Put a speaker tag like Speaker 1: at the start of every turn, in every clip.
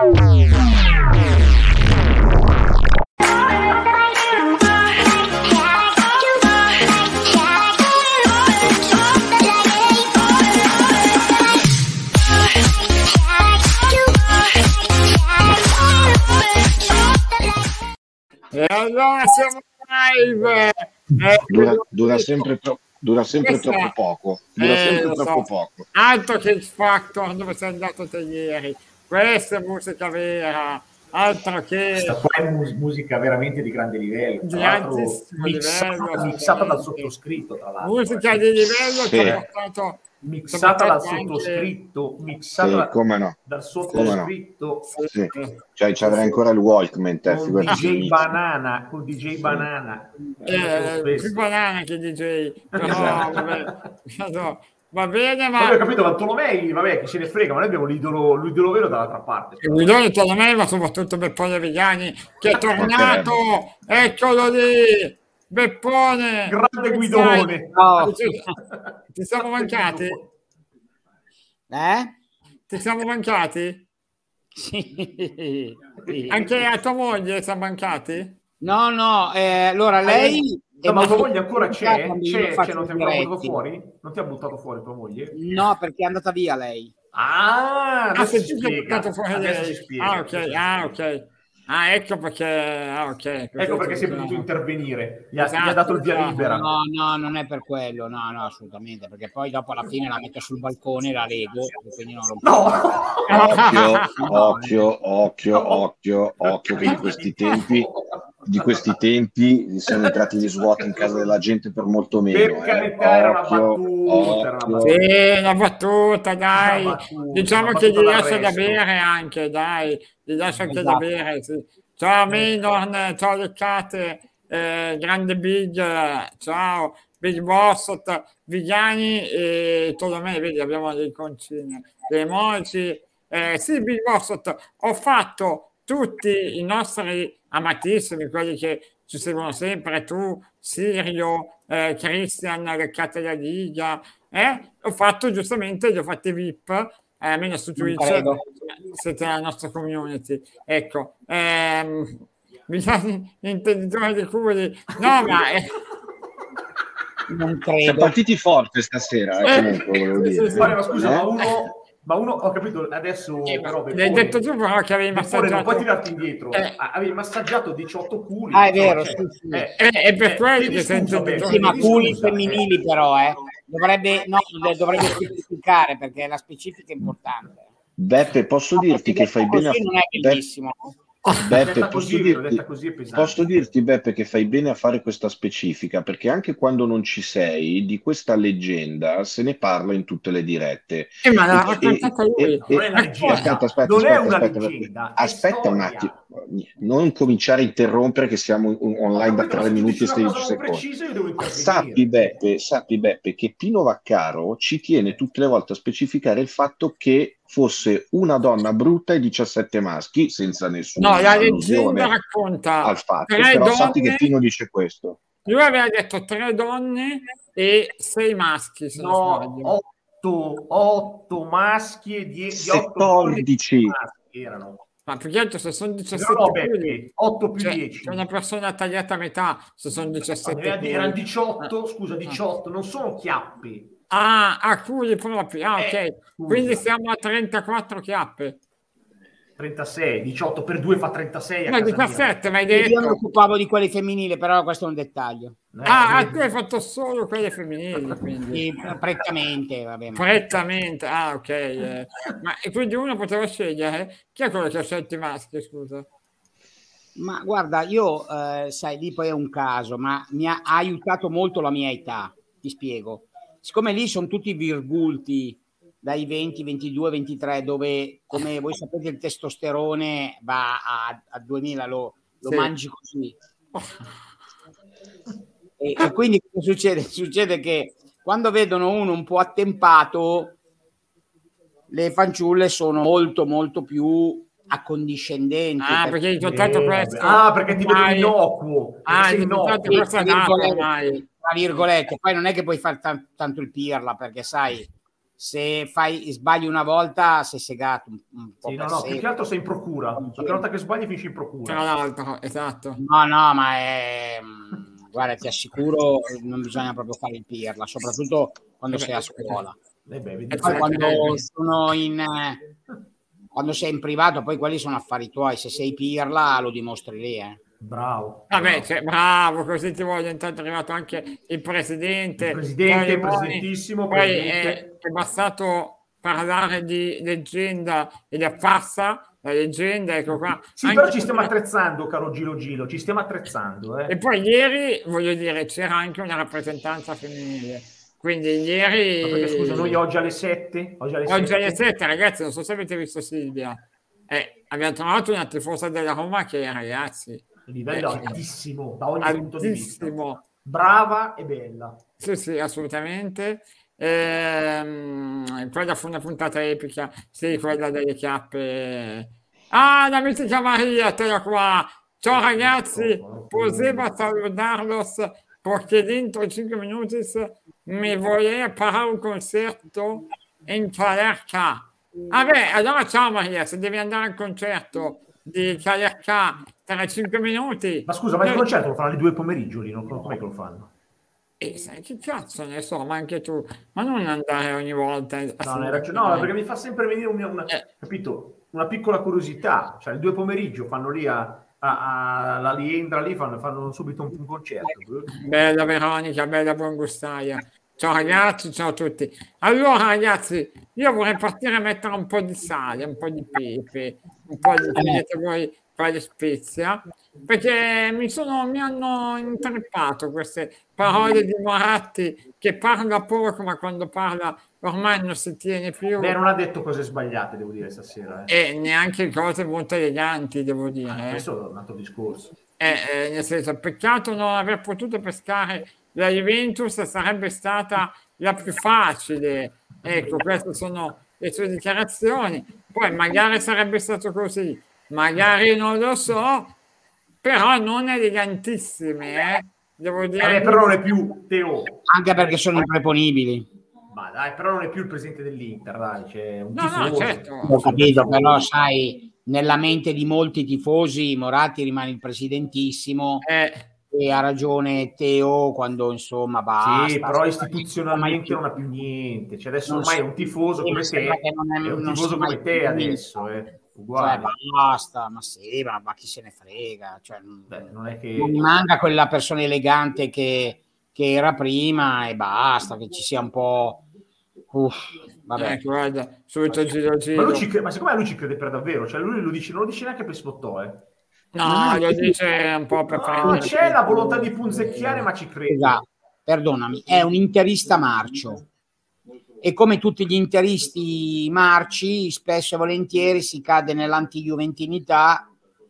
Speaker 1: E allora siamo live.
Speaker 2: Dura sempre troppo poco.
Speaker 1: Altro che X Factor dove sei andato te ieri. Questa è musica vera. Altro che
Speaker 3: questa qua è musica veramente di grande livello,
Speaker 1: di altissimo livello,
Speaker 3: mixata dal sottoscritto, tra l'altro.
Speaker 1: Musica di livello
Speaker 2: sì.
Speaker 1: Che ha portato
Speaker 3: mixata dal sottoscritto, mixata
Speaker 2: sì, come no.
Speaker 3: dal sottoscritto.
Speaker 2: Sì. Cioè c'avrei ancora il Walkman
Speaker 3: con DJ Banana, con DJ Banana.
Speaker 1: Più banana che DJ, però vabbè. No. Va bene, ma
Speaker 3: ho capito, ma Tolomei, vabbè, chi se ne frega, ma noi abbiamo l'idolo vero dall'altra parte.
Speaker 1: L'idolo Tolomei, ma soprattutto Beppone Vigliani, che è tornato, eccolo lì, Beppone!
Speaker 3: Grande guidone!
Speaker 4: No.
Speaker 1: Ti siamo mancati? Ti siamo mancati?
Speaker 4: Sì.
Speaker 1: Anche a tua moglie siamo mancati?
Speaker 4: No, allora lei...
Speaker 3: ma tua moglie ancora c'è? Non ti ha buttato fuori? Non ti ha buttato fuori tua moglie?
Speaker 4: No, perché è andata via lei.
Speaker 3: Adesso si
Speaker 1: spiega. Ok. Ecco perché.
Speaker 3: Ecco perché sei potuto intervenire. Gli ha dato il via libera.
Speaker 4: No, non è per quello. No, assolutamente. Perché poi dopo alla fine la metto sul balcone e la lego. Quindi non
Speaker 2: Occhio che di questi tempi sono entrati gli svuoti in casa della gente per molto meno.
Speaker 3: Per carità, era una battuta.
Speaker 1: Sì, una battuta, dai. Diciamo che gli lascia da bere anche, dai. Gli lascia anche da bere, sì. Ciao Minon, ciao Leccate, grande Big, ciao Big Bossot, Vigliani e Tolomei, vedi abbiamo le iconcine, le emoji. Sì, Big Bossot, ho fatto tutti i nostri amatissimi, quelli che ci seguono sempre, tu, Sirio, Christian, Leccate la Liga, ho fatto giustamente, li ho fatti VIP, almeno su Twitch, siete la nostra community, ecco, bisogna intenditore di curi, no ma...
Speaker 4: non credo.
Speaker 2: Siamo partiti forte stasera, comunque, volevo dire.
Speaker 3: Ma scusa, ma uno ho capito adesso, però
Speaker 1: l'hai detto tu però che avevi massaggiato,
Speaker 3: non puoi tirarti indietro, avevi massaggiato 18 culi.
Speaker 4: È vero, sì.
Speaker 1: È per quello che sento
Speaker 4: sì, ma culi femminili però, dovrebbe specificare perché la specifica è importante.
Speaker 2: Beppe, posso dirti che fai bene
Speaker 4: non è bellissimo.
Speaker 2: Beppe, posso dirti Beppe che fai bene a fare questa specifica, perché anche quando non ci sei di questa leggenda se ne parla in tutte le dirette.
Speaker 1: Ma l'ha raccontata lui.
Speaker 2: Aspetta un attimo, non cominciare a interrompere che siamo online da 3 minuti e 16 secondi. Sappi Beppe che Pino Vaccaro ci tiene tutte le volte a specificare il fatto che fosse una donna brutta e 17 maschi, senza nessuna
Speaker 1: la leggenda racconta
Speaker 2: al fatto, però sappi che Pino dice questo.
Speaker 1: Lui aveva detto 3 donne e 6 maschi, se non sbaglio.
Speaker 3: 8 maschi e 10
Speaker 2: 14
Speaker 3: maschi erano.
Speaker 1: Ma più che altro se sono 17
Speaker 3: 8 più 10.
Speaker 1: C'è una persona tagliata a metà se sono 17
Speaker 3: erano 18, scusa, 18, non sono chiappe.
Speaker 1: Culi proprio, ok. Quindi siamo a 34 chiappe.
Speaker 3: 36, 18 per 2 fa 36.
Speaker 1: No, 17, ma hai detto.
Speaker 4: Io mi occupavo di quelle femminili, però questo è un dettaglio.
Speaker 1: Tu hai fatto solo quelle femminili, quindi.
Speaker 4: Prettamente, vabbè.
Speaker 1: Prettamente, ok. Ma e quindi uno poteva scegliere? Chi è quello che ha scelto i maschi, scusa?
Speaker 4: Ma guarda, io, sai, lì poi è un caso, ma mi ha aiutato molto la mia età, ti spiego. Siccome lì sono tutti virgulti dai 20, 22, 23, dove, come voi sapete, il testosterone va a 2000, lo mangi così. E quindi cosa succede? Succede che quando vedono uno un po' attempato, le fanciulle sono molto, molto più accondiscendenti.
Speaker 1: Perché hai giocato questo?
Speaker 3: Perché ti vedono innocuo.
Speaker 4: Tra virgolette, poi non è che puoi fare tanto il pirla, perché sai, se sbagli una volta sei segato un po'.
Speaker 3: Sì, no, più che altro sei in procura. La prima volta che sbagli finisci in procura.
Speaker 1: Tra l'altro, esatto.
Speaker 4: No, ma guarda, ti assicuro, non bisogna proprio fare il pirla, soprattutto quando sei a scuola. Quando sei in privato, poi quelli sono affari tuoi. Se sei pirla, lo dimostri lì.
Speaker 3: Bravo.
Speaker 1: Vabbè, bravo, così ti voglio. Intanto è arrivato anche il presidente.
Speaker 3: Presidentissimo.
Speaker 1: Poi è bastato parlare di leggenda e di farsa. La leggenda, ecco qua.
Speaker 3: Sì, anche però ci stiamo attrezzando, caro Gilo, ci stiamo attrezzando.
Speaker 1: E poi ieri, voglio dire, c'era anche una rappresentanza femminile. Quindi ieri...
Speaker 3: Ma perché, scusa, noi oggi alle 7?
Speaker 1: Oggi alle 7, ragazzi, non so se avete visto Silvia. Abbiamo trovato una tifosa della Roma che, ragazzi...
Speaker 3: Il livello altissimo, da ogni punto di vista. Brava e bella.
Speaker 1: Sì, assolutamente. Quella fu una puntata epica, sì, quella delle chiappe. Ah, la mitica Maria, te la qua. Ciao ragazzi, poteva saludarlos perché dentro 5 minuti mi volevo fare un concerto in Calerca. Vabbè, allora ciao Maria, se devi andare al concerto di Calerca tra 5 minuti.
Speaker 3: Ma scusa, ma il concerto lo fanno alle 2 pomeriggio lì, com'è che lo fanno?
Speaker 1: Sai che cazzo ne so, ma anche tu, ma non andare ogni volta.
Speaker 3: No, perché mi fa sempre venire capito? Una piccola curiosità, cioè alle 2 pomeriggio fanno lì alla Liendra, lì fanno subito un concerto.
Speaker 1: Bella Veronica, bella buongustaia. Ciao ragazzi, ciao a tutti. Allora ragazzi, io vorrei partire a mettere un po' di sale, un po' di pepe, un po' di voi quale spezia, perché mi hanno intrippato queste parole di Moratti che parla poco, ma quando parla ormai non si tiene più.
Speaker 3: Beh, non ha detto cose sbagliate, devo dire, stasera.
Speaker 1: E neanche cose molto eleganti, devo dire.
Speaker 3: Questo è un altro discorso.
Speaker 1: Nel senso, peccato non aver potuto pescare la Juventus, sarebbe stata la più facile. Ecco, queste sono le sue dichiarazioni. Poi magari sarebbe stato così, magari non lo so, però non elegantissime, devo dire.
Speaker 3: Però non è più Teo.
Speaker 4: Anche perché sono impreponibili.
Speaker 3: Ma dai, però non è più il presidente dell'Inter, dai, c'è un tifoso.
Speaker 1: No, certo.
Speaker 4: Ho capito, però sai, nella mente di molti tifosi Moratti rimane il presidentissimo e ha ragione Teo quando insomma basta.
Speaker 3: Sì, però istituzionalmente non ha più niente, cioè adesso ormai è un tifoso come te, è un tifoso come te adesso, uguale.
Speaker 4: Cioè, basta, ma sì, ma chi se ne frega, cioè,
Speaker 3: non è che...
Speaker 4: non manca quella persona elegante che era prima e basta, che ci sia un po'... vabbè.
Speaker 1: Guarda, subito giro.
Speaker 3: Ma secondo me lui ci crede per davvero, cioè lui non lo dice neanche per spottò,
Speaker 1: No, lo dice un po' per
Speaker 3: prendere. C'è la volontà di punzecchiare, ma ci crede.
Speaker 4: Esatto. Perdonami, è un interista marcio. E come tutti gli interisti marci, spesso e volentieri si cade nell'anti-juventinità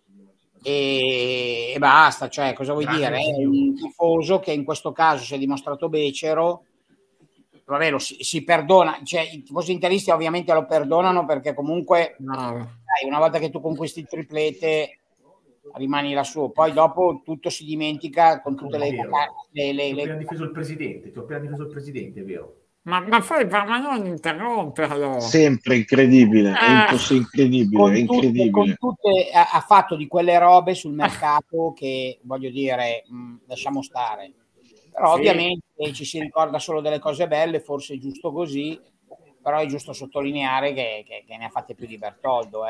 Speaker 4: e basta. Cioè, cosa vuoi dire? È un tifoso che in questo caso si è dimostrato becero. Vabbè, si perdona, cioè i tifosi interisti ovviamente lo perdonano perché comunque una volta che tu conquisti il triplete rimani lassù, poi dopo tutto si dimentica con tutte le
Speaker 3: Ti ho appena difeso il presidente, è vero.
Speaker 1: Ma non interromperlo.
Speaker 2: Sempre incredibile, è incredibile.
Speaker 4: Ha fatto di quelle robe sul mercato che, voglio dire, lasciamo stare. Però ovviamente ci si ricorda solo delle cose belle, forse è giusto così, però è giusto sottolineare che ne ha fatte più di Bertoldo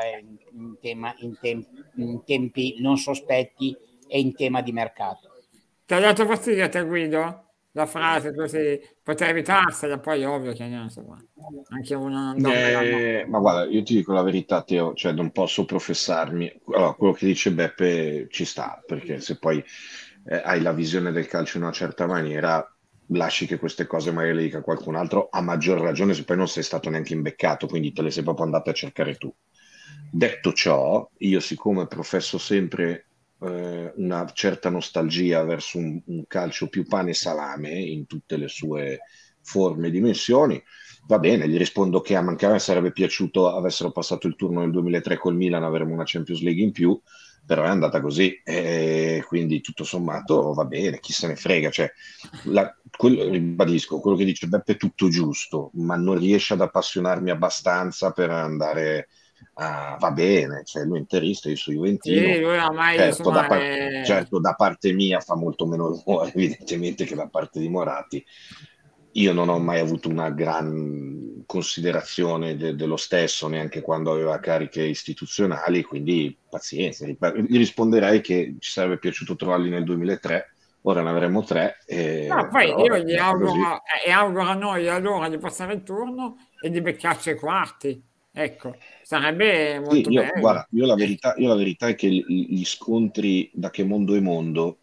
Speaker 4: in tempi non sospetti e in tema di mercato.
Speaker 1: Ti ha dato fastidio a te, Guido? La frase così poteva evitarsela, poi ovvio che non so, anche uno non
Speaker 2: ma guarda, io ti dico la verità, Teo, cioè non posso professarmi. Allora, quello che dice Beppe ci sta, perché se poi hai la visione del calcio in una certa maniera, lasci che queste cose magari le dica qualcun altro, a maggior ragione se poi non sei stato neanche imbeccato, quindi te le sei proprio andate a cercare tu. Detto ciò, io siccome professo sempre una certa nostalgia verso un calcio più pane e salame in tutte le sue forme e dimensioni, Va bene, gli rispondo che anche a me sarebbe piaciuto avessero passato il turno nel 2003 col Milan, avremmo una Champions League in più, però è andata così, e quindi tutto sommato va bene, chi se ne frega, cioè, ribadisco, quello che dice Beppe è tutto giusto, ma non riesce ad appassionarmi abbastanza per andare va bene, cioè lui è interista, io sono juventino,
Speaker 1: Sì, lui ormai,
Speaker 2: certo,
Speaker 1: insomma,
Speaker 2: certo, da parte mia fa molto meno rumore evidentemente che da parte di Moratti. Io non ho mai avuto una gran considerazione dello stesso, neanche quando aveva cariche istituzionali, quindi pazienza. Gli risponderei che ci sarebbe piaciuto trovarli nel 2003, ora ne avremo 3.
Speaker 1: No, poi
Speaker 2: Però
Speaker 1: io gli
Speaker 2: così.
Speaker 1: auguro, e auguro a noi allora di passare il turno e di beccarci ai quarti. Ecco, sarebbe
Speaker 2: Sì,
Speaker 1: molto
Speaker 2: guarda,
Speaker 1: bello.
Speaker 2: io la verità è che gli scontri da che mondo è mondo,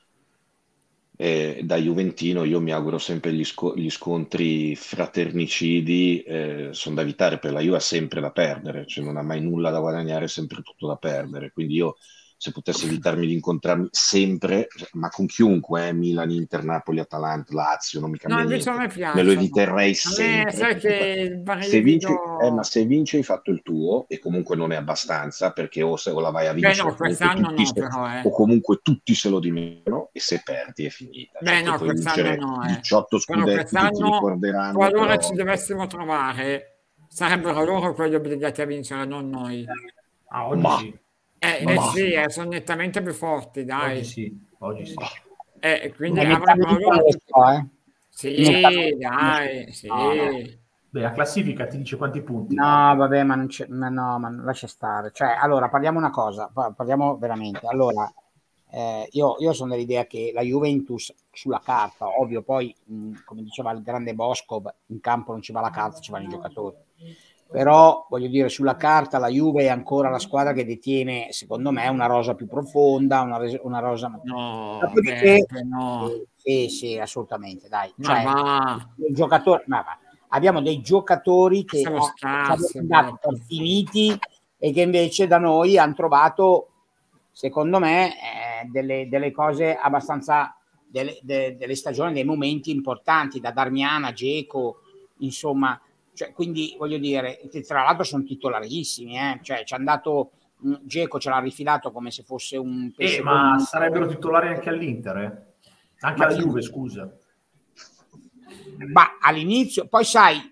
Speaker 2: da Juventino, io mi auguro sempre gli scontri fraternicidi, sono da evitare, per la Juve ha sempre da perdere, cioè non ha mai nulla da guadagnare, sempre tutto da perdere. Quindi io, se potessi evitarmi di incontrarmi sempre, ma con chiunque, Milan, Inter, Napoli, Atalanta, Lazio, non mi
Speaker 1: No,
Speaker 2: cambia
Speaker 1: invece a
Speaker 2: niente,
Speaker 1: me
Speaker 2: me lo
Speaker 1: piacciono.
Speaker 2: eviterei
Speaker 1: A me,
Speaker 2: sempre.
Speaker 1: sai che il
Speaker 2: Se vinci, ma
Speaker 1: brivido...
Speaker 2: se vinci hai fatto il tuo, e comunque non è abbastanza, perché o la vai a
Speaker 1: Beh,
Speaker 2: vincere,
Speaker 1: no,
Speaker 2: o comunque
Speaker 1: quest'anno
Speaker 2: tutti
Speaker 1: no, però,
Speaker 2: o comunque tutti se lo dimenticano, e se perdi è finita. Cioè,
Speaker 1: Beh,
Speaker 2: poi
Speaker 1: no,
Speaker 2: puoi
Speaker 1: quest'anno
Speaker 2: vincere
Speaker 1: no,
Speaker 2: 18
Speaker 1: Però
Speaker 2: scudetti che ti
Speaker 1: quest'anno,
Speaker 2: ricorderanno,
Speaker 1: qualora ci
Speaker 2: però
Speaker 1: dovessimo trovare, sarebbero loro quelli obbligati a vincere, non noi.
Speaker 3: Ah, oggi
Speaker 2: ma,
Speaker 3: sì.
Speaker 2: ma,
Speaker 3: Oggi
Speaker 1: Sì,
Speaker 3: sì.
Speaker 1: sono nettamente più forti,
Speaker 3: Oggi
Speaker 1: dai.
Speaker 3: sì. Oggi sì.
Speaker 1: Quindi avrebbero
Speaker 4: Nettamente non
Speaker 1: loro
Speaker 4: lo
Speaker 1: tutto...
Speaker 4: so, eh.
Speaker 1: Sì,
Speaker 4: Nettamente non lo so.
Speaker 1: dai,
Speaker 4: No, no.
Speaker 1: sì.
Speaker 3: Beh, la classifica ti dice quanti punti.
Speaker 4: No, vabbè, ma non c'è, ma no, ma lascia stare. Cioè, allora, parliamo una cosa, parliamo veramente. Allora, io sono dell'idea che la Juventus sulla carta, ovvio, poi, come diceva il grande Bosco, in campo non ci va la carta, ci vanno i giocatori. Però, voglio dire, sulla carta la Juve è ancora la squadra che detiene, secondo me, una rosa più profonda, una rosa...
Speaker 1: No,
Speaker 4: Dopodiché,
Speaker 1: Beppe, no.
Speaker 4: sì, sì, assolutamente, dai.
Speaker 1: Ma
Speaker 4: Cioè,
Speaker 1: va,
Speaker 4: il giocatore, ma va, abbiamo dei giocatori che
Speaker 1: siamo
Speaker 4: ci abbiamo
Speaker 1: scarsi,
Speaker 4: dato per
Speaker 1: Beppe.
Speaker 4: finiti e che invece da noi hanno trovato, secondo me, delle cose abbastanza, delle stagioni, dei momenti importanti, da Darmian a Dzeko, insomma, cioè, quindi voglio dire, che tra l'altro sono titolarissimi, cioè ci hanno dato Dzeko, ce l'ha rifilato come se fosse un pesce
Speaker 3: Ma
Speaker 4: bollito.
Speaker 3: sarebbero titolari anche all'Inter, eh? Anche
Speaker 4: Ma
Speaker 3: alla
Speaker 4: chi-
Speaker 3: Juve, scusa.
Speaker 4: Ma all'inizio, poi sai,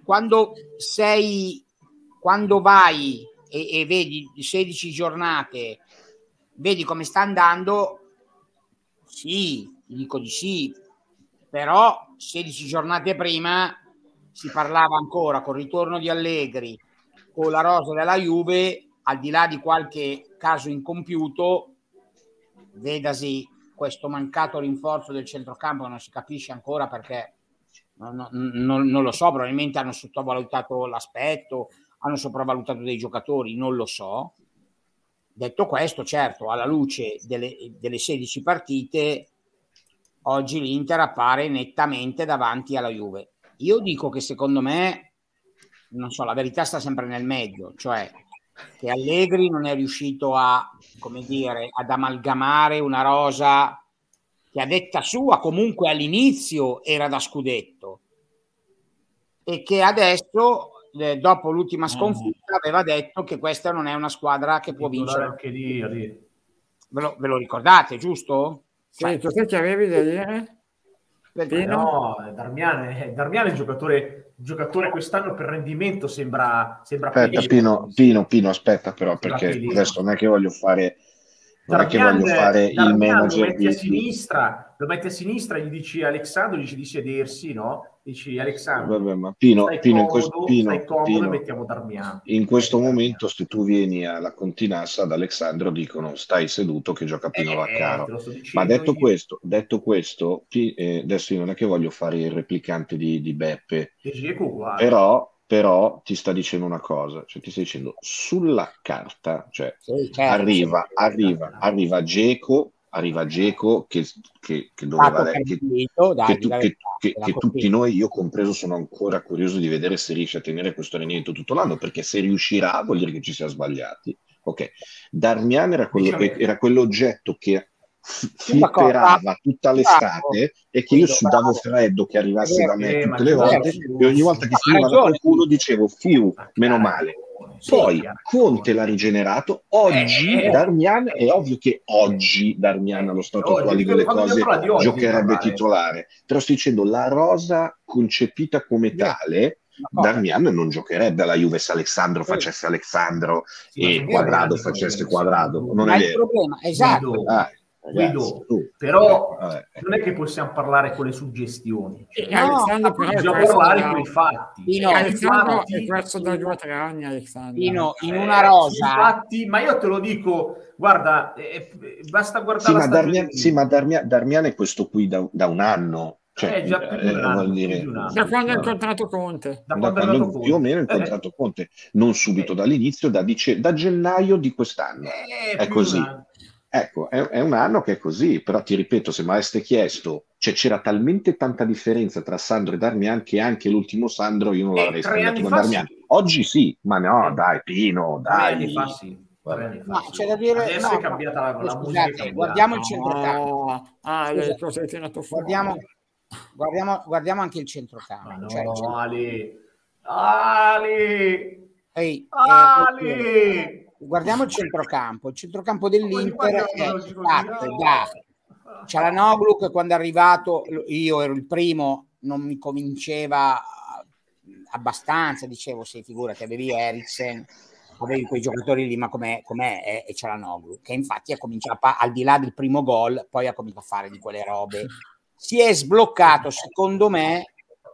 Speaker 4: quando vai e vedi 16 giornate, vedi come sta andando, sì, ti dico di sì, però 16 giornate prima si parlava ancora col ritorno di Allegri, con la rosa della Juve, al di là di qualche caso incompiuto, vedasi questo mancato rinforzo del centrocampo, non si capisce ancora perché non lo so, probabilmente hanno sottovalutato l'aspetto, hanno sopravvalutato dei giocatori, non lo so. Detto questo, certo, alla luce delle 16 partite, oggi l'Inter appare nettamente davanti alla Juve. Io dico che secondo me, non so, la verità sta sempre nel mezzo, cioè che Allegri non è riuscito come dire, ad amalgamare una rosa che a detta sua comunque all'inizio era da scudetto e che adesso, dopo l'ultima sconfitta, aveva detto che questa non è una squadra che può vincere.
Speaker 3: Anche lì.
Speaker 4: Ve lo ricordate, giusto?
Speaker 1: Sì, tu sai che avevi da dire?
Speaker 3: No, Darmian è il giocatore quest'anno per rendimento sembra
Speaker 2: aspetta,
Speaker 3: Pelé.
Speaker 2: Pino, aspetta però, perché
Speaker 3: Pelé.
Speaker 2: adesso non è che voglio fare
Speaker 3: Darmian
Speaker 2: il manager
Speaker 3: lo metti a sinistra e gli dici Alexandro, gli dici di sedersi, no? Dici Alexandro,
Speaker 2: vabbè, ma Pino,
Speaker 3: stai comodo e mettiamo Darmian.
Speaker 2: In questo momento, se tu vieni alla Continassa ad Alexandro, dicono stai seduto che gioca Pino Vaccaro. Ma detto questo, adesso io non è che voglio fare il replicante di Beppe, però ti sta dicendo una cosa, cioè ti sta dicendo sulla carta, cioè
Speaker 4: sì, certo,
Speaker 2: arriva Dzeko che doveva che tutti noi, io compreso, sono ancora curioso di vedere se riesce a tenere questo rendimento tutto l'anno, perché se riuscirà vuol dire che ci sia sbagliati. Ok, Darmian era quell'oggetto che flipperava tutta l'estate e che io sudavo freddo che arrivasse da me tutte le volte e ogni volta che finiva da qualcuno dicevo fiu, meno male. Poi Conte l'ha rigenerato, oggi Darmian, è ovvio che oggi Darmian allo stato attuale delle cose giocherebbe titolare, però sto dicendo la rosa concepita come tale, Darmian non giocherebbe alla Juve se Alessandro facesse Alessandro e Quadrado facesse Quadrado, non è vero.
Speaker 4: Il problema, esatto.
Speaker 2: Ragazzi,
Speaker 3: però non è che possiamo parlare con le suggestioni,
Speaker 1: Alessandro però
Speaker 3: bisogna parlare con i fatti.
Speaker 1: Alessandro è questo da 2 o 3 anni, Alessandro.
Speaker 4: In una rosa,
Speaker 3: infatti, ma io te lo dico, guarda, basta guardare
Speaker 2: ma Darmian è questo qui da un anno. Cioè,
Speaker 3: già più di un anno,
Speaker 2: dire,
Speaker 1: da quando ha incontrato Conte,
Speaker 2: da quando più o meno ha incontrato Conte, non subito dall'inizio, da gennaio di quest'anno è così. Ecco, è un anno che è così, però ti ripeto, se mi aveste chiesto, cioè c'era talmente tanta differenza tra Sandro e Darmian che anche l'ultimo Sandro io non l'avrei scambiato con Darmian.
Speaker 3: Sì.
Speaker 2: Oggi sì, ma no, dai Pino, dai.
Speaker 3: 3 anni fa sì.
Speaker 4: Ma c'è da dire,
Speaker 3: adesso è cambiata la musica.
Speaker 4: Guardiamo il centrocampo.
Speaker 1: Le cose hai tirato fuori.
Speaker 4: Guardiamo anche il centrocampo. Guardiamo il centrocampo dell'Inter è fatto da Çalhanoğlu, che quando è arrivato io ero il primo, non mi convinceva abbastanza, dicevo sì, figurati, avevi Eriksen, avevi quei giocatori lì, ma com'è è Çalhanoğlu, che infatti ha cominciato, al di là del primo gol, poi ha cominciato a fare di quelle robe. Si è sbloccato secondo me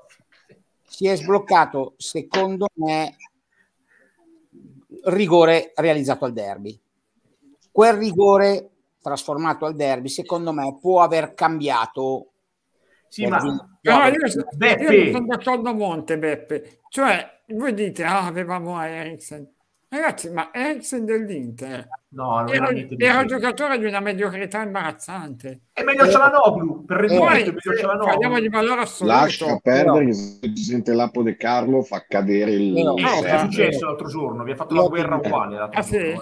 Speaker 4: rigore realizzato al derby. Quel rigore trasformato al derby secondo me può aver cambiato.
Speaker 1: Sì, ma io sono d'accordo a monte, Beppe, cioè voi dite avevamo Eriksen, ragazzi, ma Eriksen dell'Inter era un giocatore di una mediocrità imbarazzante.
Speaker 3: È meglio Çalhanoğlu, per
Speaker 1: parliamo di valore assoluto.
Speaker 2: Lascia perdere che se il presidente Lapo De Carlo fa cadere il
Speaker 3: è successo l'altro giorno, vi ha fatto la guerra uguale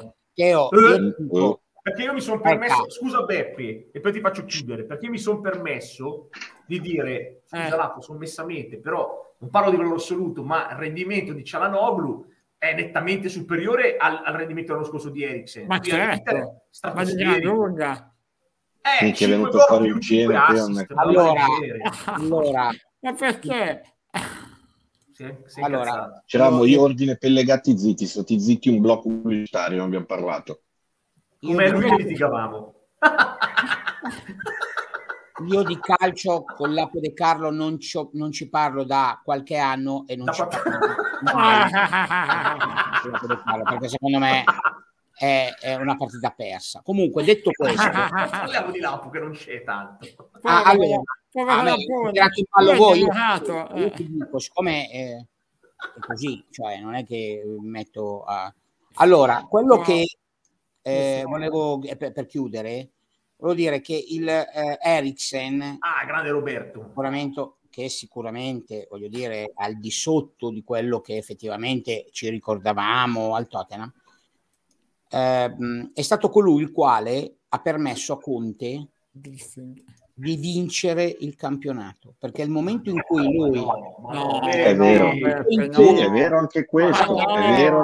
Speaker 3: perché io mi sono permesso, scusa Beppe, e poi ti faccio chiudere, perché mi sono permesso di dire, scusa Lapo, sommessamente, però non parlo di valore assoluto, ma il rendimento di Çalhanoğlu è nettamente superiore al rendimento dell'anno scorso di Eriksen.
Speaker 1: Ma certo, ma di gran lunga.
Speaker 2: Che è venuto fuori insieme.
Speaker 4: Allora,
Speaker 1: ma perché?
Speaker 4: Allora,
Speaker 2: c'eravamo io, Ordine, Pellegatti zitti, stati zitti un blocco pubblicitario, non abbiamo parlato.
Speaker 3: Come lui litigavamo.
Speaker 4: Io di calcio con Lapo De Carlo non ci parlo da qualche anno e non ci parlo perché secondo me è una partita persa. Comunque, detto questo,
Speaker 3: parliamo di Lapo che non c'è tanto.
Speaker 4: Grazie a voi. Io ti dico, siccome è così, cioè non è che metto allora quello che volevo per chiudere, volevo dire che il Eriksen,
Speaker 3: grande Roberto,
Speaker 4: sicuramente voglio dire al di sotto di quello che effettivamente ci ricordavamo al Tottenham, è stato colui il quale ha permesso a Conte di vincere il campionato, perché il momento in cui lui
Speaker 2: è vero, è vero anche questo, è vero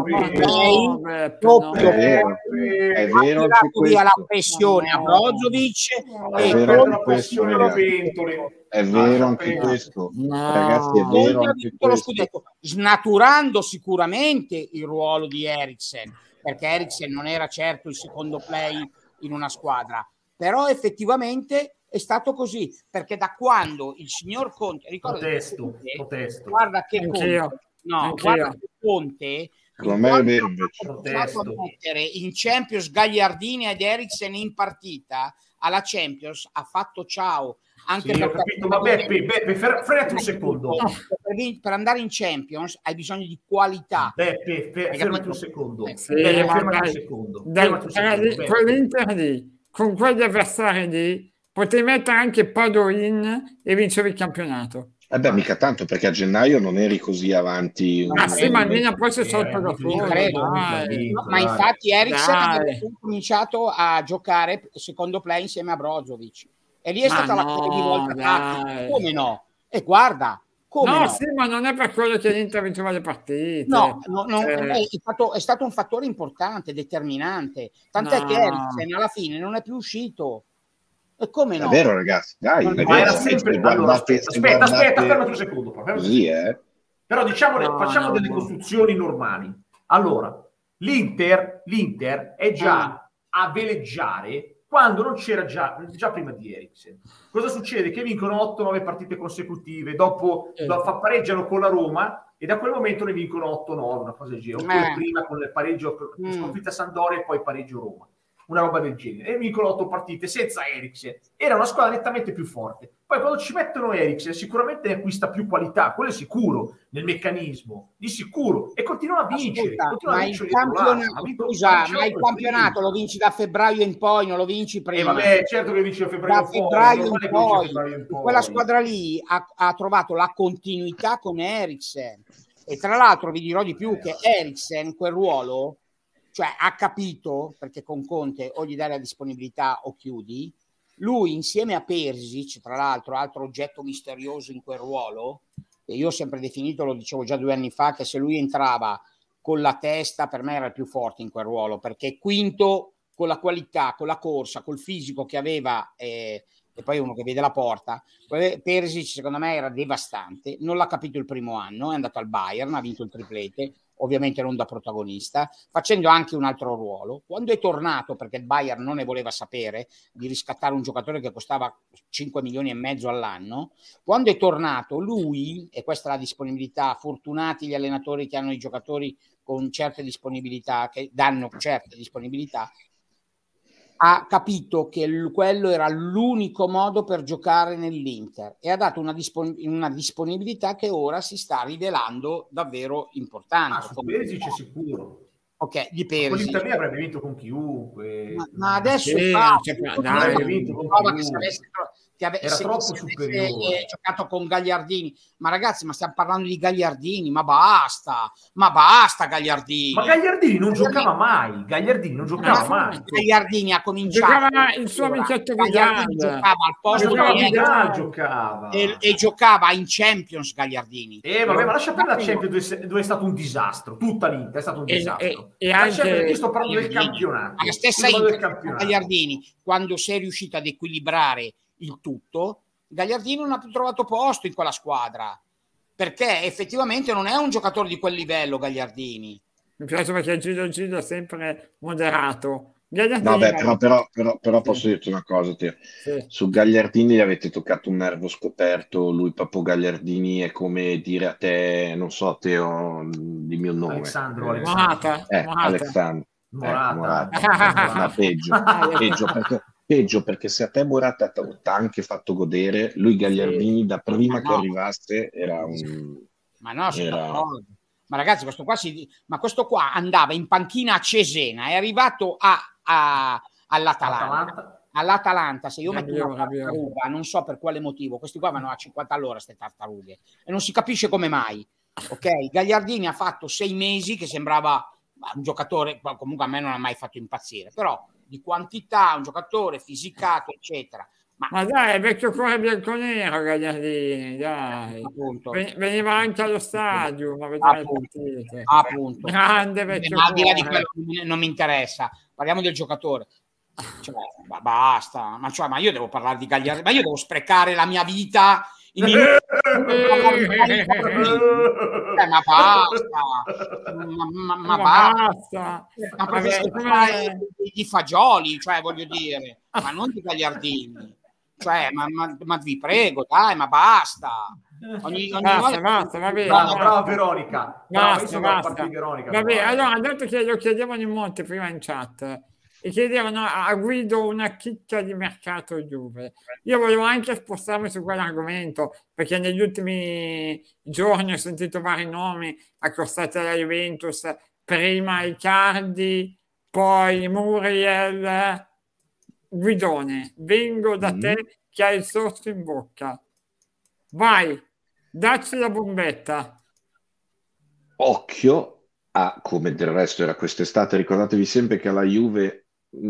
Speaker 2: anche
Speaker 4: via la pressione a Brozovic
Speaker 2: è vero anche questo, ragazzi, è vero anche questo,
Speaker 4: snaturando sicuramente il ruolo di Eriksen, perché Eriksen non era certo il secondo play in una squadra, però effettivamente è stato così, perché da quando il signor Conte, guarda che Conte
Speaker 2: a
Speaker 4: mettere in Champions Gagliardini ed Eriksen in partita, alla Champions ha fatto ciao, anche
Speaker 3: ho capito, ma Beppe, frenati un secondo.
Speaker 4: Per andare in Champions hai bisogno di qualità.
Speaker 3: Beppe, fermati un secondo.
Speaker 1: Quell'Inter lì, con quegli avversari lì, potevi mettere anche Padoin e vincere il campionato.
Speaker 2: mica tanto, perché a gennaio non eri così avanti.
Speaker 1: Sì, ma almeno poi si solta da
Speaker 4: ma infatti Eriksen aveva cominciato a giocare secondo play insieme a Brozovic e lì è stata la cosa di volta tattica. Come no? E guarda, come no?
Speaker 1: Sì, ma non è per quello che l'Inter vinceva le partite.
Speaker 4: È stato un fattore importante, determinante, tant'è che Eriksen alla fine non è più uscito. E come no?
Speaker 2: È vero, ragazzi, dai, è
Speaker 3: vero. Era sempre... aspetta, fermati un secondo.
Speaker 2: Così,
Speaker 3: Però facciamo delle costruzioni normali. Allora, l'Inter è già a veleggiare quando non c'era già prima di Eriksen. Cosa succede? Che vincono 8-9 partite consecutive, dopo pareggiano con la Roma e da quel momento ne vincono 8-9, una cosa del genere. Oppure prima con il pareggio, sconfitta Sampdoria e poi pareggio Roma. Una roba del genere, e vincono 8 partite senza Eriksen. Era una squadra nettamente più forte. Poi quando ci mettono Eriksen sicuramente ne acquista più qualità, quello è sicuro, nel meccanismo di sicuro, e continua a vincere.
Speaker 4: Ma il campionato lo vinci da febbraio in poi, non lo vinci prima.
Speaker 3: Vabbè, certo che vinci da febbraio in poi.
Speaker 4: Quella squadra lì ha trovato la continuità con Eriksen, e tra l'altro vi dirò di più che Eriksen quel ruolo, cioè ha capito, perché con Conte o gli dai la disponibilità o chiudi, lui insieme a Perisic, tra l'altro altro oggetto misterioso in quel ruolo, e io ho sempre definito, lo dicevo già 2 anni fa, che se lui entrava con la testa per me era il più forte in quel ruolo, perché quinto con la qualità, con la corsa, col fisico che aveva e poi uno che vede la porta. Perisic secondo me era devastante, non l'ha capito il primo anno, è andato al Bayern, ha vinto il triplete, ovviamente non da protagonista, facendo anche un altro ruolo. Quando è tornato, perché il Bayern non ne voleva sapere di riscattare un giocatore che costava 5 milioni e mezzo all'anno, quando è tornato lui, e questa è la disponibilità, fortunati gli allenatori che hanno i giocatori con certe disponibilità, che danno certe disponibilità, ha capito che quello era l'unico modo per giocare nell'Inter e ha dato una disponibilità che ora si sta rivelando davvero importante.
Speaker 3: Su Perisic sicuro.
Speaker 4: Ok, di Perisic.
Speaker 3: Con l'Inter avrebbe vinto con chiunque.
Speaker 4: Ma adesso
Speaker 3: avrebbe vinto con chiunque.
Speaker 4: Era
Speaker 3: troppo superiore.
Speaker 4: Giocato con Gagliardini, ma ragazzi, ma stiamo parlando di Gagliardini, ma basta Gagliardini.
Speaker 3: Ma Gagliardini non giocava mai. Gagliardini
Speaker 4: ha cominciato.
Speaker 1: Giocava il suo amichetto Vidal.
Speaker 4: Giocava al posto
Speaker 3: di
Speaker 4: e giocava in Champions Gagliardini.
Speaker 3: Vabbè, ma lascia perdere la Champions dove è stato un disastro. Tutta l'Inter è stato un disastro.
Speaker 1: E anche
Speaker 3: sto parlando del campionato.
Speaker 4: La stessa Gagliardini, quando sei riuscito ad equilibrare il tutto, Gagliardini non ha più trovato posto in quella squadra, perché effettivamente non è un giocatore di quel livello Gagliardini.
Speaker 1: Mi piace perché Gino è sempre moderato.
Speaker 2: Però posso dirti una cosa, Teo.
Speaker 1: Sì.
Speaker 2: Su Gagliardini avete toccato un nervo scoperto. Lui, Papo Gagliardini, è come dire a te, non so, Teo, dimmi un nome.
Speaker 3: Alessandro.
Speaker 2: Alessandro. Ma peggio perché se a te Morata ti ha anche fatto godere, lui Gagliardini da prima che arrivasse era un...
Speaker 4: Ma ragazzi, questo qua andava in panchina a Cesena, è arrivato all'Atalanta. Se io metto una tartaruga, non so per quale motivo, questi qua vanno a 50 all'ora, queste tartarughe, e non si capisce come mai. Ok, Gagliardini ha fatto 6 mesi che sembrava un giocatore, comunque a me non ha mai fatto impazzire, però di quantità, un giocatore fisicato, eccetera.
Speaker 1: Ma dai, è vecchio cuore bianconero Gagliardini, dai.
Speaker 4: Appunto.
Speaker 1: Veniva anche allo stadio, ma vedrai le partite.
Speaker 4: Appunto.
Speaker 1: Grande vecchio
Speaker 4: cuore. Al di là di
Speaker 1: quello
Speaker 4: non mi interessa, parliamo del giocatore. Cioè, basta, ma io devo parlare di Gagliardini, ma io devo sprecare la mia vita in ma basta, ma di fagioli, cioè voglio dire, ma non di Gagliardini, cioè ma vi prego, dai, ma basta.
Speaker 1: Basta, va bene.
Speaker 3: Brava Veronica.
Speaker 1: Basta. Vabbè, allora, dato che lo chiedevano in molti prima in chat e chiedevano a Guido una chicca di mercato Juve, io volevo anche spostarmi su quell'argomento perché negli ultimi giorni ho sentito vari nomi accostati alla Juventus, prima Icardi, poi Muriel. Guidone, vengo da te che hai il sorso in bocca. Vai. dacci la bombetta.
Speaker 2: Occhio a, come del resto era quest'estate, ricordatevi sempre che alla Juve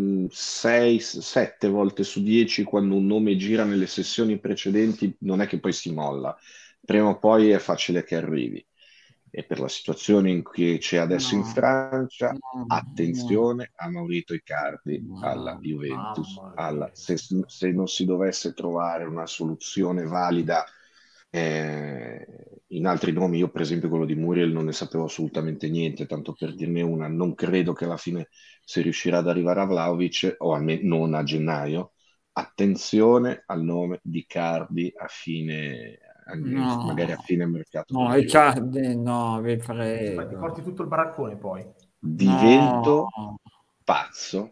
Speaker 2: 6-7 volte su 10 quando un nome gira nelle sessioni precedenti non è che poi si molla, prima o poi è facile che arrivi. E per la situazione in cui c'è adesso in Francia, attenzione a Maurito Icardi alla Juventus. Se non si dovesse trovare una soluzione valida in altri nomi, io per esempio quello di Muriel non ne sapevo assolutamente niente, tanto per dirne una, non credo che alla fine si riuscirà ad arrivare a Vlahovic, o almeno non a gennaio. Attenzione al nome di Cardi a fine, magari a fine mercato.
Speaker 1: No, Icardi no, vi prego.
Speaker 3: Ti porti tutto il baraccone poi.
Speaker 2: Divento pazzo.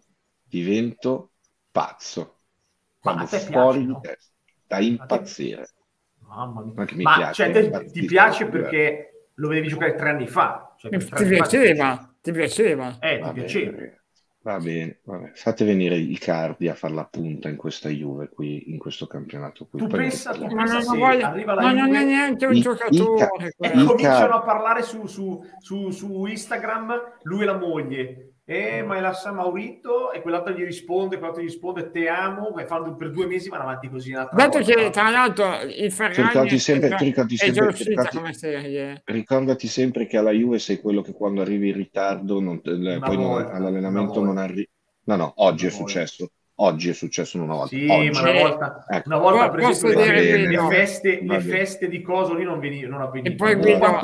Speaker 2: Vado fuori di testa, da impazzire.
Speaker 3: Mamma mia.
Speaker 2: Ma che mi
Speaker 3: Ma
Speaker 2: piace,
Speaker 3: ti piace perché lo vedevi giocare 3 anni fa? Cioè,
Speaker 1: Ti piaceva?
Speaker 3: Ti piaceva.
Speaker 2: Va bene. Fate venire Icardi a far la punta in questa Juve qui, in questo campionato qui.
Speaker 3: Tu pensa se arriva la
Speaker 1: ma
Speaker 3: Juve,
Speaker 1: non è neanche un giocatore.
Speaker 3: E cominciano a parlare su Instagram, lui e la moglie. Ma è la San Maurito, e quell'altro gli risponde, te amo, e fanno per 2 mesi vanno avanti così.
Speaker 1: Dato che tra l'altro il Ferragni è già uscita come serie.
Speaker 2: Ricordati sempre che alla Juve sei quello che quando arrivi in ritardo all'allenamento non arrivi. No, oggi è successo. Oggi è successo una volta.
Speaker 3: Sì,
Speaker 2: oggi.
Speaker 3: Ma una volta per esempio le feste di Coso lì non avvenivano.
Speaker 1: E poi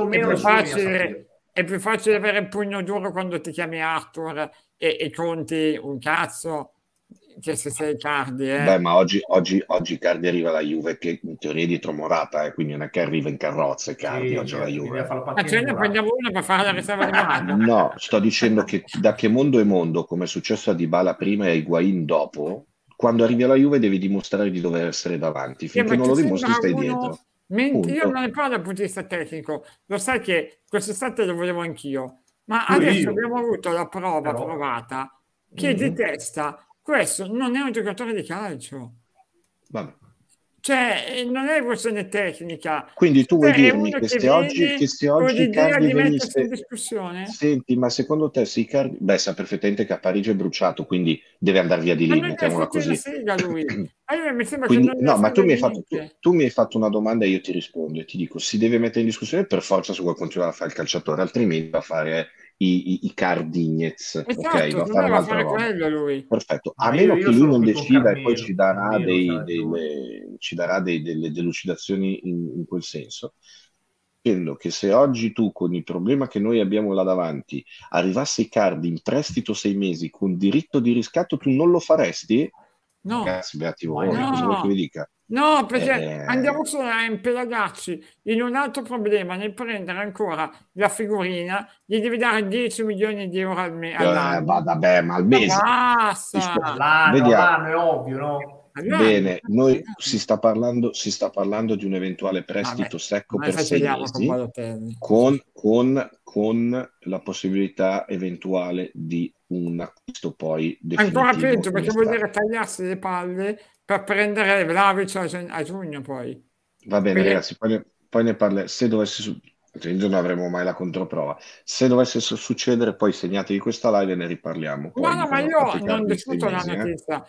Speaker 1: è più facile avere il pugno duro quando ti chiami Arthur e conti un cazzo che se sei Cardi.
Speaker 2: Beh, ma oggi Cardi arriva alla Juve che in teoria è dietro Morata, quindi non è che arriva in carrozza Cardi oggi alla Juve.
Speaker 1: Ma ce ne prendiamo una per fare la riserva di Morata?
Speaker 2: No, sto dicendo che da che mondo è mondo, come è successo a Dybala prima e a Higuain dopo, quando arrivi alla Juve devi dimostrare di dover essere davanti. Finché non lo dimostri stai dietro.
Speaker 1: Io non ne parlo dal punto di vista tecnico, lo sai che quest'estate lo volevo anch'io, ma adesso abbiamo avuto la provata che di testa questo non è un giocatore di calcio.
Speaker 2: Vabbè.
Speaker 1: Cioè, non è questione tecnica.
Speaker 2: Quindi tu vuoi dirmi che se oggi Icardi venisse
Speaker 1: in discussione?
Speaker 2: Senti, ma secondo te se Icardi... Beh, sa perfettamente che a Parigi è bruciato, quindi deve andare via di lì, mettiamola così.
Speaker 1: Lui. Mi sembra
Speaker 2: quindi,
Speaker 1: che non
Speaker 2: ma tu mi hai fatto una domanda e io ti rispondo e ti dico, si deve mettere in discussione per forza se vuoi continuare a fare il calciatore, altrimenti va a fare i Cardignez, ok? Va a fare un'altra roba.
Speaker 1: Lui.
Speaker 2: Perfetto, a meno che lui non decida e poi ci darà delle delucidazioni in quel senso. Credo che se oggi tu, con il problema che noi abbiamo là davanti, arrivassi Icardi in prestito 6 mesi con diritto di riscatto, tu non lo faresti?
Speaker 1: No.
Speaker 2: Ragazzi, beati voi, cosa vuoi che vi dica?
Speaker 1: No, perché andiamo solo a impelagarci in un altro problema, nel prendere ancora la figurina, gli devi dare 10 milioni di euro all'anno.
Speaker 2: Vabbè, ma al mese.
Speaker 1: Basta!
Speaker 3: L'anno è ovvio, no?
Speaker 2: Bene, noi si sta parlando di un eventuale prestito secco per 6 mesi con la possibilità eventuale di un acquisto poi definitivo.
Speaker 1: Ancora peggio, perché vuol dire tagliarsi le palle per prendere Vlahovic a giugno poi.
Speaker 2: Va bene, ragazzi, poi ne parliamo. Se dovesse non avremo mai la controprova. Se dovesse succedere, poi segnatevi questa live e ne riparliamo.
Speaker 1: No, ma io non discuto la notizia.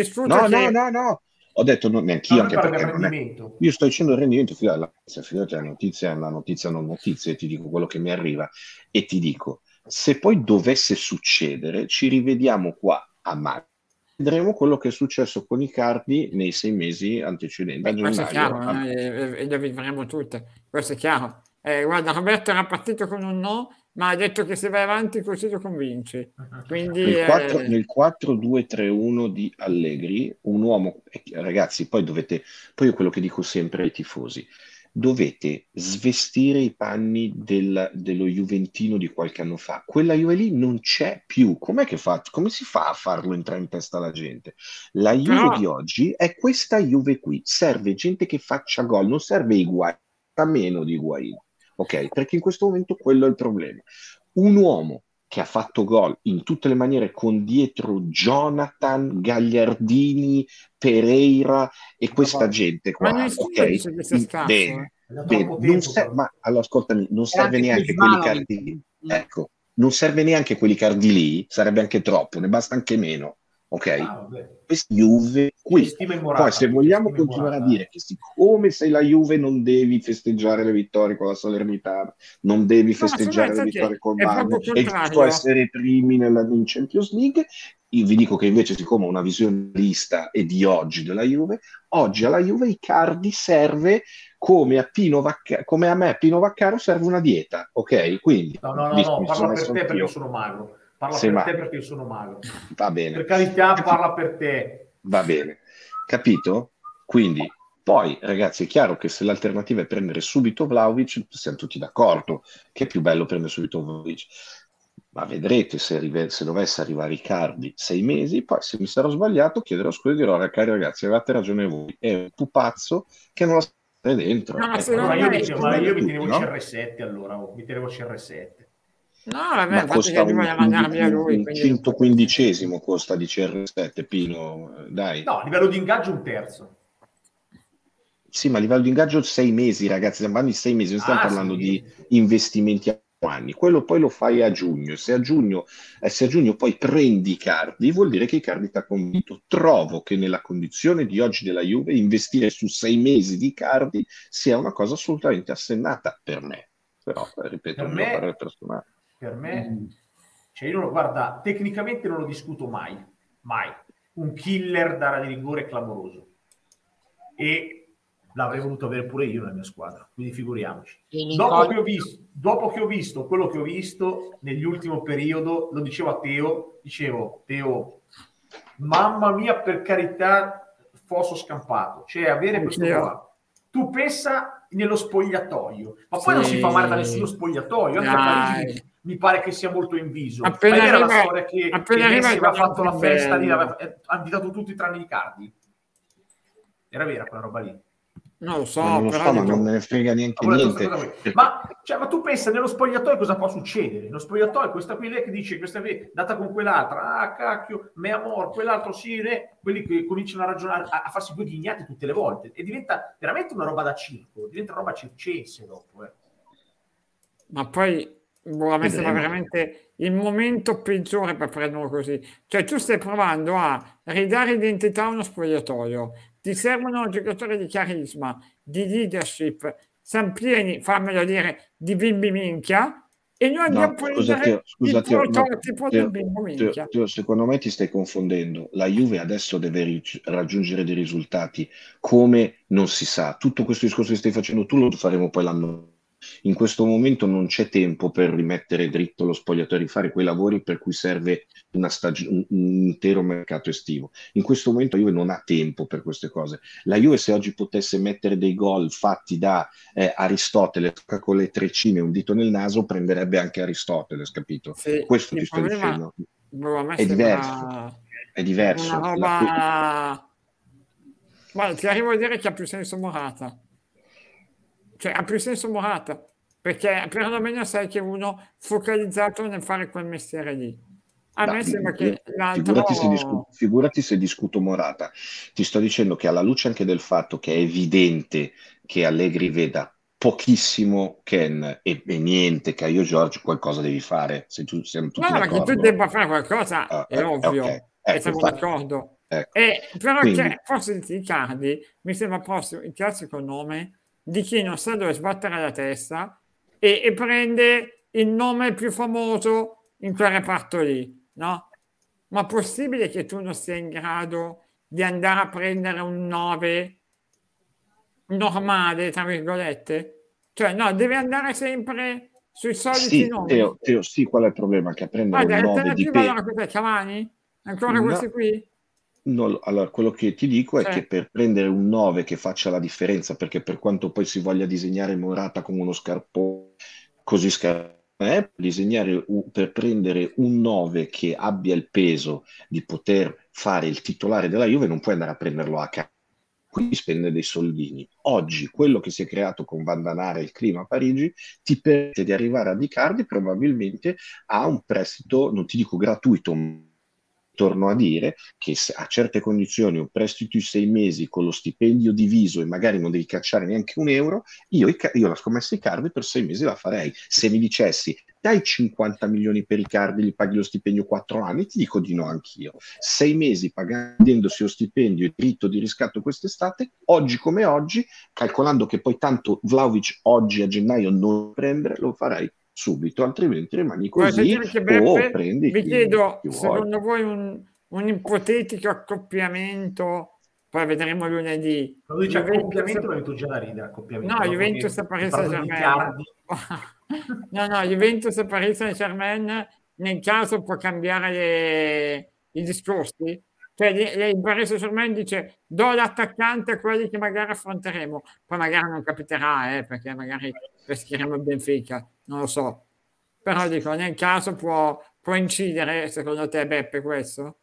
Speaker 2: No. Ho detto neanch'io, anche perché io sto dicendo il rendimento. Fidati, la notizia non notizie, ti dico quello che mi arriva e ti dico, se poi dovesse succedere, ci rivediamo qua a marzo. Vedremo quello che è successo con Icardi nei 6 mesi antecedenti a gennaio.
Speaker 1: Questo è chiaro, e le vedremo tutte, questo è chiaro. Guarda, Roberto era partito con un no, ma ha detto che se vai avanti così lo convinci. Quindi,
Speaker 2: nel 4-2-3-1 di Allegri, un uomo, ragazzi, poi io quello che dico sempre ai tifosi, dovete svestire i panni dello Juventino di qualche anno fa. Quella Juve lì non c'è più. Come si fa a farlo entrare in testa alla gente? La Juve di oggi è questa Juve qui. Serve gente che faccia gol, non serve Higuain, a meno di Higuain. Ok, perché in questo momento quello è il problema. Un uomo che ha fatto gol in tutte le maniere con dietro Jonathan, Gagliardini, Pereira e questa gente qua.
Speaker 1: Ma nessuno dice che sia scarso.
Speaker 2: Ma allora ascoltami, non serve neanche quelli cardi, ecco, non serve neanche quelli cardi lì, sarebbe anche troppo, ne basta anche meno, ok? Questa Juve qui. Poi se vogliamo continuare a dire che siccome sei la Juve non devi festeggiare le vittorie con la Salernitana, non devi festeggiare le vittorie col Bayern, è giusto essere primi in Champions League, io vi dico che invece siccome ho una visione lista e di oggi della Juve, oggi alla Juve Icardi serve come a me Pino Vaccaro serve una dieta, ok? Quindi
Speaker 3: no, parla per te perché io sono magro. Parla per te perché io sono magro.
Speaker 2: Va bene.
Speaker 3: Per carità, parla per te.
Speaker 2: Va bene. Capito? Quindi, poi, ragazzi, è chiaro che se l'alternativa è prendere subito Vlahovic, siamo tutti d'accordo che è più bello prendere subito Vlahovic. Ma vedrete se dovesse arrivare Icardi 6 mesi, poi se mi sarò sbagliato chiederò scusa e dirò, cari ragazzi, avete ragione voi, è un pupazzo che non la state dentro.
Speaker 3: No, allora io mi tenevo CR7 allora, mi tenevo CR7.
Speaker 1: No, vabbè, costa un
Speaker 2: 115esimo costa di CR7, Pino, dai.
Speaker 3: No, a livello di ingaggio un terzo.
Speaker 2: Sì, ma a livello di ingaggio 6 mesi, ragazzi, stiamo parlando di 6 mesi, non stiamo parlando di investimenti a anni. Quello poi lo fai a giugno. Se a giugno poi prendi Icardi, vuol dire che Icardi ti ha convinto. Trovo che nella condizione di oggi della Juve investire su 6 mesi di Icardi sia una cosa assolutamente assennata per me. Però, ripeto, il mio parere personale.
Speaker 3: Per me, cioè io guarda, tecnicamente non lo discuto mai. Un killer d'area di rigore clamoroso. E l'avrei voluto avere pure io nella mia squadra, quindi figuriamoci. Dopo che ho visto quello che ho visto nell'ultimo periodo, lo dicevo a Teo, mamma mia, per carità, fosso scampato, cioè avere questo qua. Tu pensa nello spogliatoio, ma poi non si fa male da nessuno spogliatoio, anche a Parigi mi pare che sia molto inviso.
Speaker 1: Appena
Speaker 3: ma era
Speaker 1: arriva,
Speaker 3: la storia che Messi aveva fatto la festa lì, ha invitato tutti tranne Icardi. Era vera quella roba lì?
Speaker 1: Non lo so,
Speaker 2: ma non me ne frega niente.
Speaker 3: Ma tu pensa nello spogliatoio cosa può succedere? Nello spogliatoio questa qui lei che dice questa qui data con quell'altra, cacchio, me amor, quell'altro sì, quelli che cominciano a ragionare, a farsi due ghignati tutte le volte e diventa veramente una roba da circo, diventa una roba circense dopo.
Speaker 1: Ma poi mi sembra veramente il momento peggiore per prenderlo così. Cioè tu stai provando a ridare identità a uno spogliatoio, ti servono giocatori di carisma, di leadership, siamo pieni, fammelo dire, di bimbi minchia, e noi andiamo a prendere il prototipo del bimbo minchia.
Speaker 2: Secondo me ti stai confondendo. La Juve adesso deve raggiungere dei risultati come non si sa. Tutto questo discorso che stai facendo tu lo faremo poi l'anno. In questo momento non c'è tempo per rimettere dritto lo spogliatoio, fare quei lavori per cui serve un intero mercato estivo. In questo momento la Juve non ha tempo per queste cose. La Juve, se oggi potesse mettere dei gol fatti da Aristotele con le treccine e un dito nel naso, prenderebbe anche Aristotele, capito?
Speaker 1: Sì,
Speaker 2: questo ti sto dicendo. È diverso.
Speaker 1: Una roba... Guarda, ti arrivo a dire che ha più senso Morata. Cioè ha più senso Morata, perché perlomeno sai che uno focalizzato nel fare quel mestiere lì. A me sembra che l'altro...
Speaker 2: Figurati se discuto Morata. Ti sto dicendo che alla luce anche del fatto che è evidente che Allegri veda pochissimo Ken e niente Caio Giorgio, qualcosa devi fare. Siamo tutti d'accordo.
Speaker 1: Ma che tu debba fare qualcosa è ovvio, e siamo d'accordo. Però forse di Icardi mi sembra proprio il classico nome di chi non sa dove sbattere la testa e prende il nome più famoso in quel reparto lì, no? Ma possibile che tu non sia in grado di andare a prendere un 9 normale, tra virgolette? Cioè, no, deve andare sempre sui soliti nomi.
Speaker 2: Teo, sì, qual è il problema? Che a prendere un 9 di
Speaker 1: allora cos'è, Cavani? Ancora questi qui?
Speaker 2: No, allora, quello che ti dico è che per prendere un 9 che faccia la differenza, perché per quanto poi si voglia disegnare Morata come uno scarpone, così disegnare per prendere un 9 che abbia il peso di poter fare il titolare della Juve, non puoi andare a prenderlo a caso, quindi spende dei soldini. Oggi quello che si è creato con Van Danara e il clima a Parigi ti permette di arrivare a Icardi probabilmente a un prestito, non ti dico gratuito, torno a dire che a certe condizioni un prestito di 6 mesi con lo stipendio diviso e magari non devi cacciare neanche un euro, io la scommessa Icardi per 6 mesi la farei. Se mi dicessi dai 50 milioni per Icardi, gli paghi lo stipendio 4 anni, ti dico di no anch'io. 6 mesi pagandosi lo stipendio e diritto di riscatto quest'estate, oggi come oggi, calcolando che poi tanto Vlahovic oggi a gennaio non prendere, lo farei subito, altrimenti rimani così o prendi
Speaker 1: vi chiedo, secondo voi un ipotetico accoppiamento, poi vedremo lunedì.
Speaker 3: Quando dice accoppiamento mi metto già da ridere, accoppiamento.
Speaker 1: No, Juventus e Paris Saint-Germain. No, Juventus e Paris Saint-Germain nel caso può cambiare i discorsi. Cioè il Paris Saint-Germain dice do l'attaccante a quelli che magari affronteremo, poi magari non capiterà, perché magari pescheremo il Benfica, non lo so, però dico nel caso può incidere secondo te, Beppe, questo?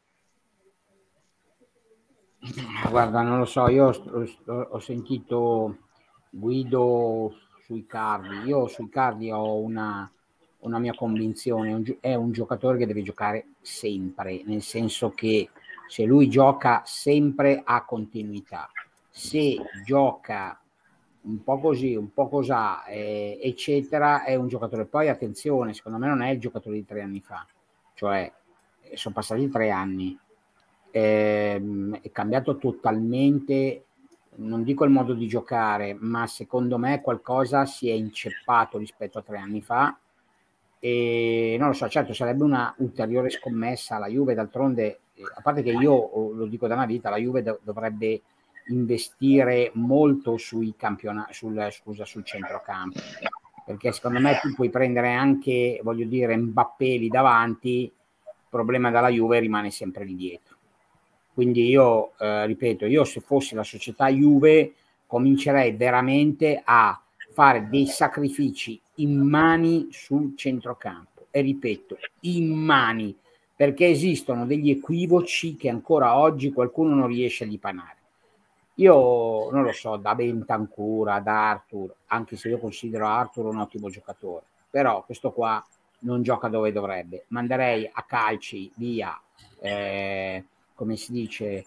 Speaker 4: Guarda, non lo so, io ho sentito Guido sui Cardi, io sui Cardi ho una mia convinzione, è un giocatore che deve giocare sempre, nel senso che se lui gioca sempre ha continuità, se gioca un po' così, un po' cosà, eccetera, è un giocatore. Poi attenzione, secondo me non è il giocatore di 3 anni fa, cioè sono passati 3 anni, è cambiato totalmente, non dico il modo di giocare, ma secondo me qualcosa si è inceppato rispetto a 3 anni fa. E non lo so, certo sarebbe una ulteriore scommessa alla Juve, d'altronde, a parte che io lo dico da una vita, la Juve dovrebbe investire molto sui sul centrocampo, perché secondo me tu puoi prendere anche, voglio dire, Mbappé lì davanti, il problema della Juve rimane sempre lì dietro. Quindi io ripeto, io se fossi la società Juve comincerei veramente a fare dei sacrifici immani sul centrocampo, e ripeto, immani, perché esistono degli equivoci che ancora oggi qualcuno non riesce a dipanare. Io non lo so, da Bentancur, da Arthur, anche se io considero Arthur un ottimo giocatore, però questo qua non gioca dove dovrebbe. Manderei a calci via, come si dice,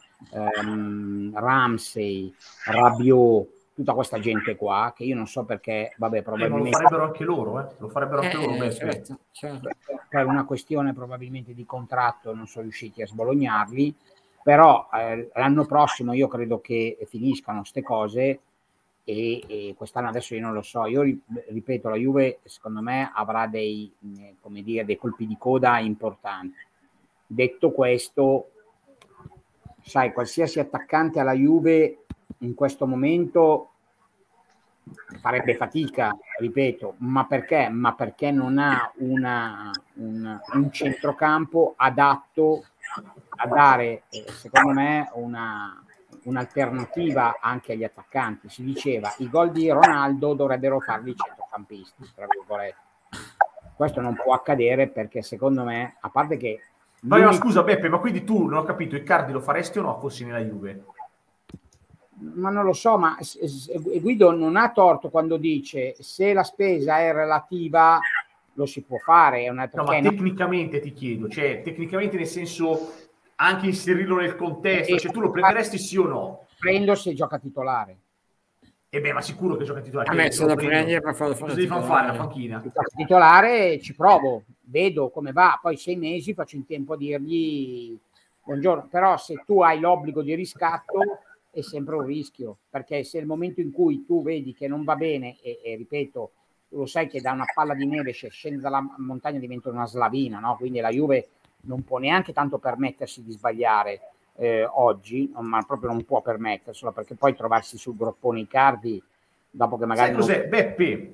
Speaker 4: Ramsey, Rabiot, tutta questa gente qua, che io non so perché, vabbè, probabilmente...
Speaker 3: lo farebbero anche loro, lo farebbero anche loro.
Speaker 1: Certo.
Speaker 4: Per una questione probabilmente di contratto non sono riusciti a sbolognarli, però l'anno prossimo io credo che finiscano queste cose e quest'anno adesso io non lo so. Io ripeto, la Juve secondo me avrà dei colpi di coda importanti. Detto questo, sai, qualsiasi attaccante alla Juve in questo momento farebbe fatica, ripeto, ma perché? Ma perché non ha un centrocampo adatto a dare, secondo me, un'alternativa anche agli attaccanti. Si diceva i gol di Ronaldo dovrebbero farli i centrocampisti, tra virgolette. Questo non può accadere perché secondo me, a parte che...
Speaker 3: Ma scusa Beppe, ma quindi tu, non ho capito, Icardi lo faresti o no fossi nella Juve?
Speaker 4: Ma non lo so, ma Guido non ha torto quando dice se la spesa è relativa lo si può fare.
Speaker 3: No, ma tecnicamente ti chiedo, cioè tecnicamente nel senso anche inserirlo nel contesto, cioè tu lo prenderesti sì o no?
Speaker 4: Prendo se gioca titolare.
Speaker 3: Ma sicuro che gioca titolare.
Speaker 1: A me se lo prendi per farlo fare.
Speaker 3: Cosa devi fare la panchina?
Speaker 4: Titolare ci provo, vedo come va, poi 6 mesi faccio in tempo a dirgli buongiorno, però se tu hai l'obbligo di riscatto è sempre un rischio, perché se nel momento in cui tu vedi che non va bene e ripeto, tu lo sai che da una palla di neve scende dalla montagna diventa una slavina, no? Quindi la Juve non può neanche tanto permettersi di sbagliare oggi, ma proprio non può permetterselo, perché poi trovarsi sul groppone Icardi dopo che magari...
Speaker 3: Sai cos'è? Beppe?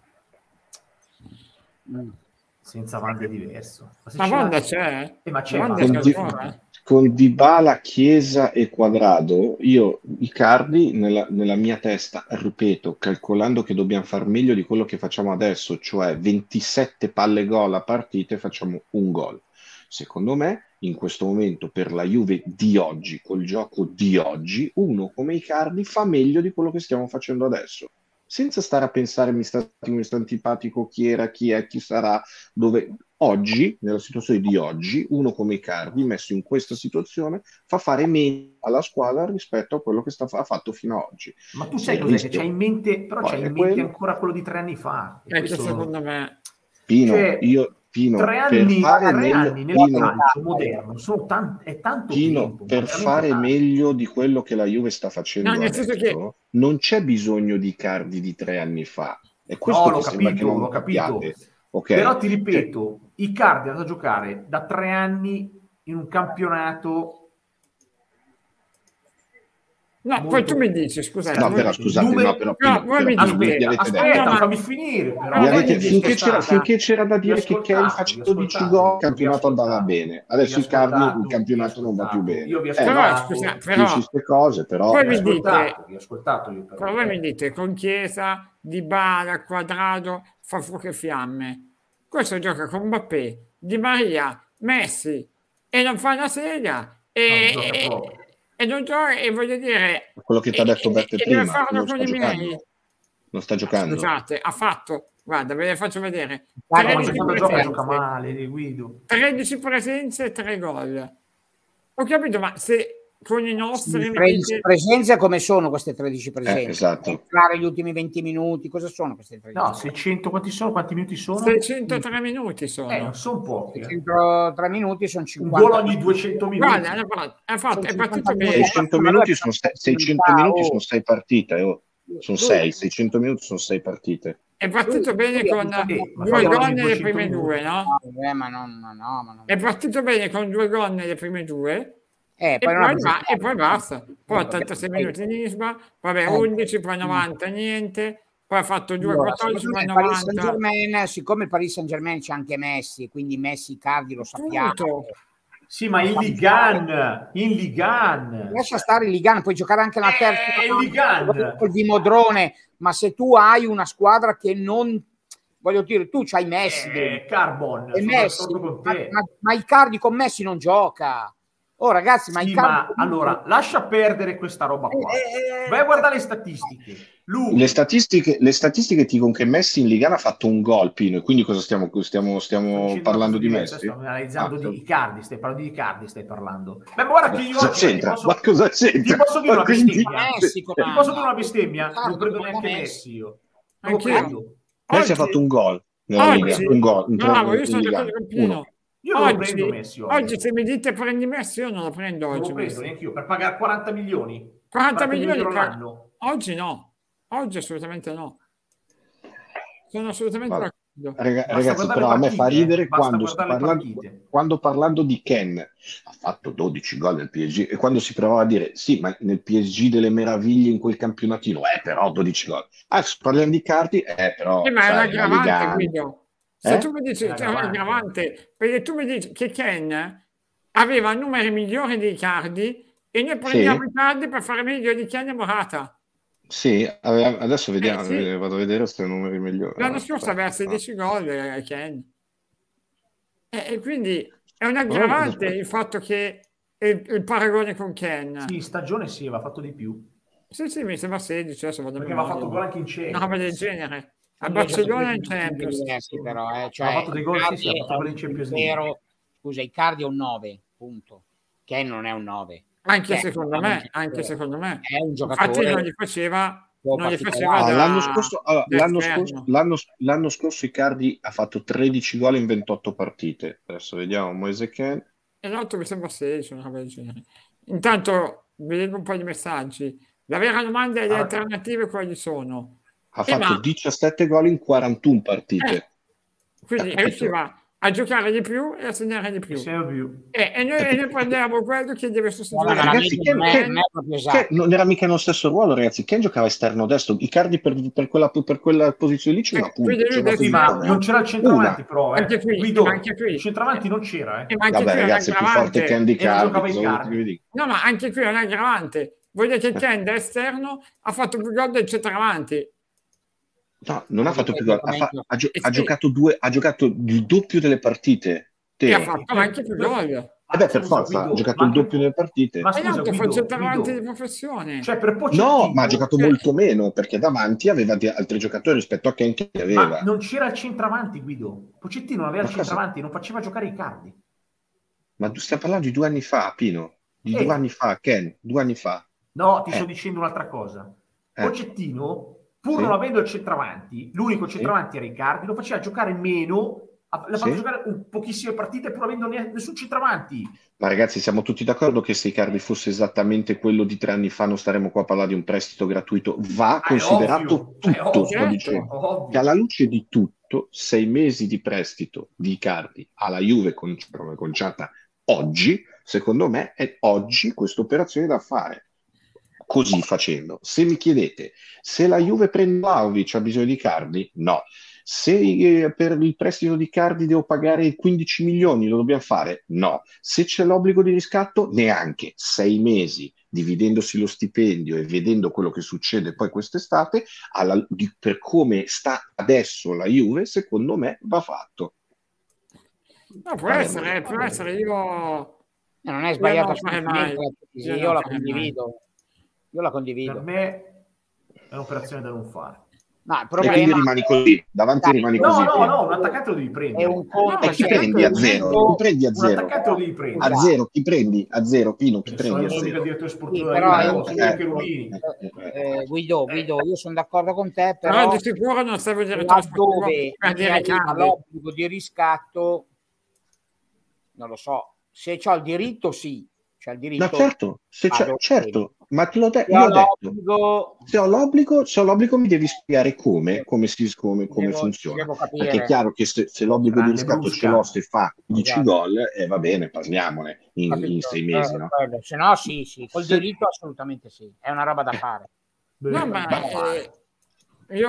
Speaker 3: Senza Wanda è diverso.
Speaker 1: Ma Wanda c'è?
Speaker 3: Ma c'è
Speaker 2: con Dybala, Chiesa e Quadrado, io Icardi nella mia testa, ripeto, calcolando che dobbiamo far meglio di quello che facciamo adesso, cioè 27 palle gol a partita, facciamo un gol. Secondo me, in questo momento, per la Juve di oggi, col gioco di oggi, uno come Icardi fa meglio di quello che stiamo facendo adesso. senza stare a pensare mi sta antipatico, chi era, chi è, chi sarà, dove. Oggi, nella situazione di oggi, uno come Icardi, messo in questa situazione, fa fare meglio alla squadra rispetto a quello che ha fatto fino ad oggi.
Speaker 3: Ma tu sai cos'è che c'hai in mente? Però c'hai in mente ancora quello di 3 anni fa.
Speaker 1: E questo secondo me...
Speaker 2: Pino,
Speaker 3: cioè,
Speaker 2: Pino,
Speaker 3: 3 anni,
Speaker 2: per fare
Speaker 3: 3
Speaker 2: meglio,
Speaker 3: anni nel calcio moderno è tanto
Speaker 2: Pino,
Speaker 3: tempo.
Speaker 2: per fare meglio di quello che la Juve sta facendo adesso, non c'è bisogno di Icardi di 3 anni fa. È questo
Speaker 3: l'ho
Speaker 2: che sembra che non
Speaker 3: l'ho capito.
Speaker 2: Okay.
Speaker 3: Però ti ripeto, Icardi è andato a giocare da 3 anni in un campionato.
Speaker 1: No, poi tu mi dici, scusate.
Speaker 2: No, però scusate,
Speaker 3: aspetta, fammi finire.
Speaker 2: Finché c'era da dire che Kane faceva 12 gol, il campionato andava bene. Adesso Icardi, il campionato non va più bene.
Speaker 3: Io vi ho
Speaker 2: ascoltato. Dici queste cose, però...
Speaker 1: Poi
Speaker 3: vi ho ascoltato io.
Speaker 1: Però voi mi dite, con Chiesa, Dybala, Quadrado, fa fuoco e fiamme. Questo gioca con Mbappé, Di Maria, Messi, e non fa una sega. E non gioca, e voglio dire,
Speaker 2: quello che ti ha detto Beppe prima,
Speaker 1: non con i miei.
Speaker 2: Non sta giocando.
Speaker 1: Scusate, ha fatto, guarda, ve le faccio vedere. 13 presenze e 3 gol. Ho capito, ma se con i nostri
Speaker 4: 13 presenze, come sono queste 13 presenze?
Speaker 2: Esatto.
Speaker 4: Gli ultimi 20 minuti, cosa sono queste 13?
Speaker 3: No, 600, quanti minuti sono?
Speaker 1: 603 minuti sono.
Speaker 3: Non sono pochi.
Speaker 4: 603 minuti sono 50.
Speaker 3: Un gol ogni 200 minuti.
Speaker 1: Guarda, è partito bene.
Speaker 2: 600 minuti sono 6 partite. Sono 600 minuti sono 6 partite.
Speaker 1: È partito bene con 2 gol nelle prime 2, no? È partito bene con 2 gol nelle prime 2. E poi basta. Poi 86 minuti in Isba, vabbè, 11, poi 90, niente. Poi ha fatto 2-14, poi 90.
Speaker 4: Siccome il Paris Saint-Germain c'è anche Messi, quindi Messi, Icardi lo sappiamo.
Speaker 3: Sì, ma in Ligan.
Speaker 4: Lascia stare il Ligan, puoi giocare anche la terza col Dimodrone, ma se tu hai una squadra che non, voglio dire, tu c'hai Messi,
Speaker 3: Carbon,
Speaker 4: e Messi, ma Icardi con Messi non gioca. Oh ragazzi, ma
Speaker 3: allora lascia perdere questa roba qua. Vai a guardare le statistiche.
Speaker 2: Le statistiche dicono che Messi in Liga ha fatto un gol, Pino, e quindi cosa stiamo parlando di Messi?
Speaker 3: Stiamo analizzando di Icardi, stai parlando di Icardi, stai parlando. Ma guarda che io
Speaker 2: cosa c'entra?
Speaker 3: Ti posso dire una bestemmia? Ti posso dire una bestemmia? Non prendo neanche Messi io. Non prendo.
Speaker 2: Messi ha fatto un gol nella Liga, un gol.
Speaker 1: Bravo, io sono d'accordo con Pino.
Speaker 3: Io non lo prendo Messi
Speaker 1: oggi se mi dite prendi Messi, io non lo prendo oggi.
Speaker 3: Non lo prendo neanche io, per pagare 40 milioni.
Speaker 1: 40 milioni l'anno. Oggi no. Oggi assolutamente no. Sono assolutamente d'accordo.
Speaker 2: Ragazzi, però a me fa ridere quando parlando di Ken ha fatto 12 gol nel PSG e quando si provava a dire sì, ma nel PSG delle meraviglie in quel campionatino, però 12 gol. Adesso parliamo di Icardi, però
Speaker 1: ma è un aggravante, Guido. Se tu mi dici che è un aggravante, perché tu mi dici che Ken aveva numeri migliori di Icardi e noi prendiamo Icardi per fare meglio di Ken e Morata.
Speaker 2: Sì, adesso vediamo, vado a vedere se numeri migliori.
Speaker 1: L'anno scorso aveva 16 gol Ken. E quindi è un aggravante il fatto che il paragone con Ken.
Speaker 3: Sì, stagione sì, aveva fatto di più.
Speaker 1: Sì, mi sembra 16, adesso vado.
Speaker 3: Perché aveva fatto gol anche in Champions.
Speaker 1: Una roba del genere. A Barcellona in Champions.
Speaker 4: Però,
Speaker 3: ha fatto dei gol, sì, ha fatto gol in Champions League.
Speaker 4: Scusa, Icardi è un 9, punto. Ken non è un 9.
Speaker 1: Anche secondo me
Speaker 4: è un giocatore.
Speaker 1: Infatti non gli faceva
Speaker 2: l'anno scorso Icardi ha fatto 13 gol in 28 partite. Adesso vediamo Moise Kean.
Speaker 1: E l'altro mi sembra 16, una cosa del genere. Intanto vi leggo un po' di messaggi. La vera domanda è le alternative quali sono?
Speaker 2: Ha fatto 17 gol in 41 partite.
Speaker 1: Quindi riusciva a giocare di più e a segnare di più. E noi prendiamo quello che deve sostituire.
Speaker 2: Ragazzi, Ken non era mica nello stesso ruolo, ragazzi. Ken giocava esterno destro. Icardi per quella posizione lì c'è una punta.
Speaker 3: Ma non c'era il centravanti, però.
Speaker 1: Anche qui.
Speaker 3: Il centravanti non c'era.
Speaker 2: Vabbè, ragazzi, è più forte Ken di Icardi.
Speaker 1: No, ma anche qui è un aggravante. Vedete che Ken da esterno ha fatto più gol del centravanti.
Speaker 2: No, non ha fatto più gol, ha giocato il doppio delle partite.
Speaker 1: E ha fatto anche più gol.
Speaker 2: per forza, ha giocato il doppio nelle partite.
Speaker 3: Ma scusa,
Speaker 1: fa il centravanti di professione.
Speaker 3: Cioè, per Pochettino,
Speaker 2: no, ma ha giocato molto meno, perché davanti aveva altri giocatori rispetto a Ken che aveva.
Speaker 3: Ma non c'era il centravanti, Guido. Pochettino non aveva il centravanti, non faceva giocare Icardi.
Speaker 2: Ma stiamo parlando di 2 anni fa, Pino. Di 2 anni fa, Ken, 2 anni fa.
Speaker 3: No, ti sto dicendo un'altra cosa. Pochettino, pur non avendo il centravanti, l'unico centravanti era Icardi, lo faceva giocare meno, l'ha fatto giocare pochissime partite pur avendo nessun centravanti.
Speaker 2: Ma ragazzi, siamo tutti d'accordo che se Icardi fosse esattamente quello di 3 anni fa non staremmo qua a parlare di un prestito gratuito. Va considerato tutto, sto dicendo. Che alla luce di tutto, 6 mesi di prestito di Icardi alla Juve conciata oggi, secondo me è oggi questa operazione da fare. Così facendo, se mi chiedete se la Juve prende Vlahovic ha bisogno di Icardi, no. Se per il prestito di Icardi devo pagare 15 milioni, lo dobbiamo fare? No. Se c'è l'obbligo di riscatto, neanche. 6 mesi, dividendosi lo stipendio e vedendo quello che succede poi quest'estate, per come sta adesso la Juve, secondo me va fatto.
Speaker 1: No, può essere, io...
Speaker 4: non è sbagliato io la condivido. Io la condivido.
Speaker 3: Per me è un'operazione da non fare.
Speaker 4: No, il
Speaker 2: problema... E quindi rimani così, davanti rimani così.
Speaker 3: No, un attaccato lo devi prendere.
Speaker 4: È un conto,
Speaker 2: chi prendi a zero? Chi prendi a zero?
Speaker 3: Un attaccato lo devi prendere.
Speaker 2: A zero, chi prendi? A zero, Pino, chi prendi a zero?
Speaker 4: Guido, io sono d'accordo con te, però
Speaker 1: di sicuro non serve dire
Speaker 4: dove l'obbligo di riscatto, non lo so, se c'ho il diritto sì. C'è il diritto,
Speaker 2: no, certo, ma te l'ho detto. Se ho l'obbligo mi devi spiegare come funziona. Perché è chiaro che se l'obbligo di riscatto ce l'ho, se fa 10 gol, va bene, parliamone in 6 mesi. No?
Speaker 4: Se no, sì, col diritto assolutamente sì, è una roba da fare.
Speaker 1: No, ma io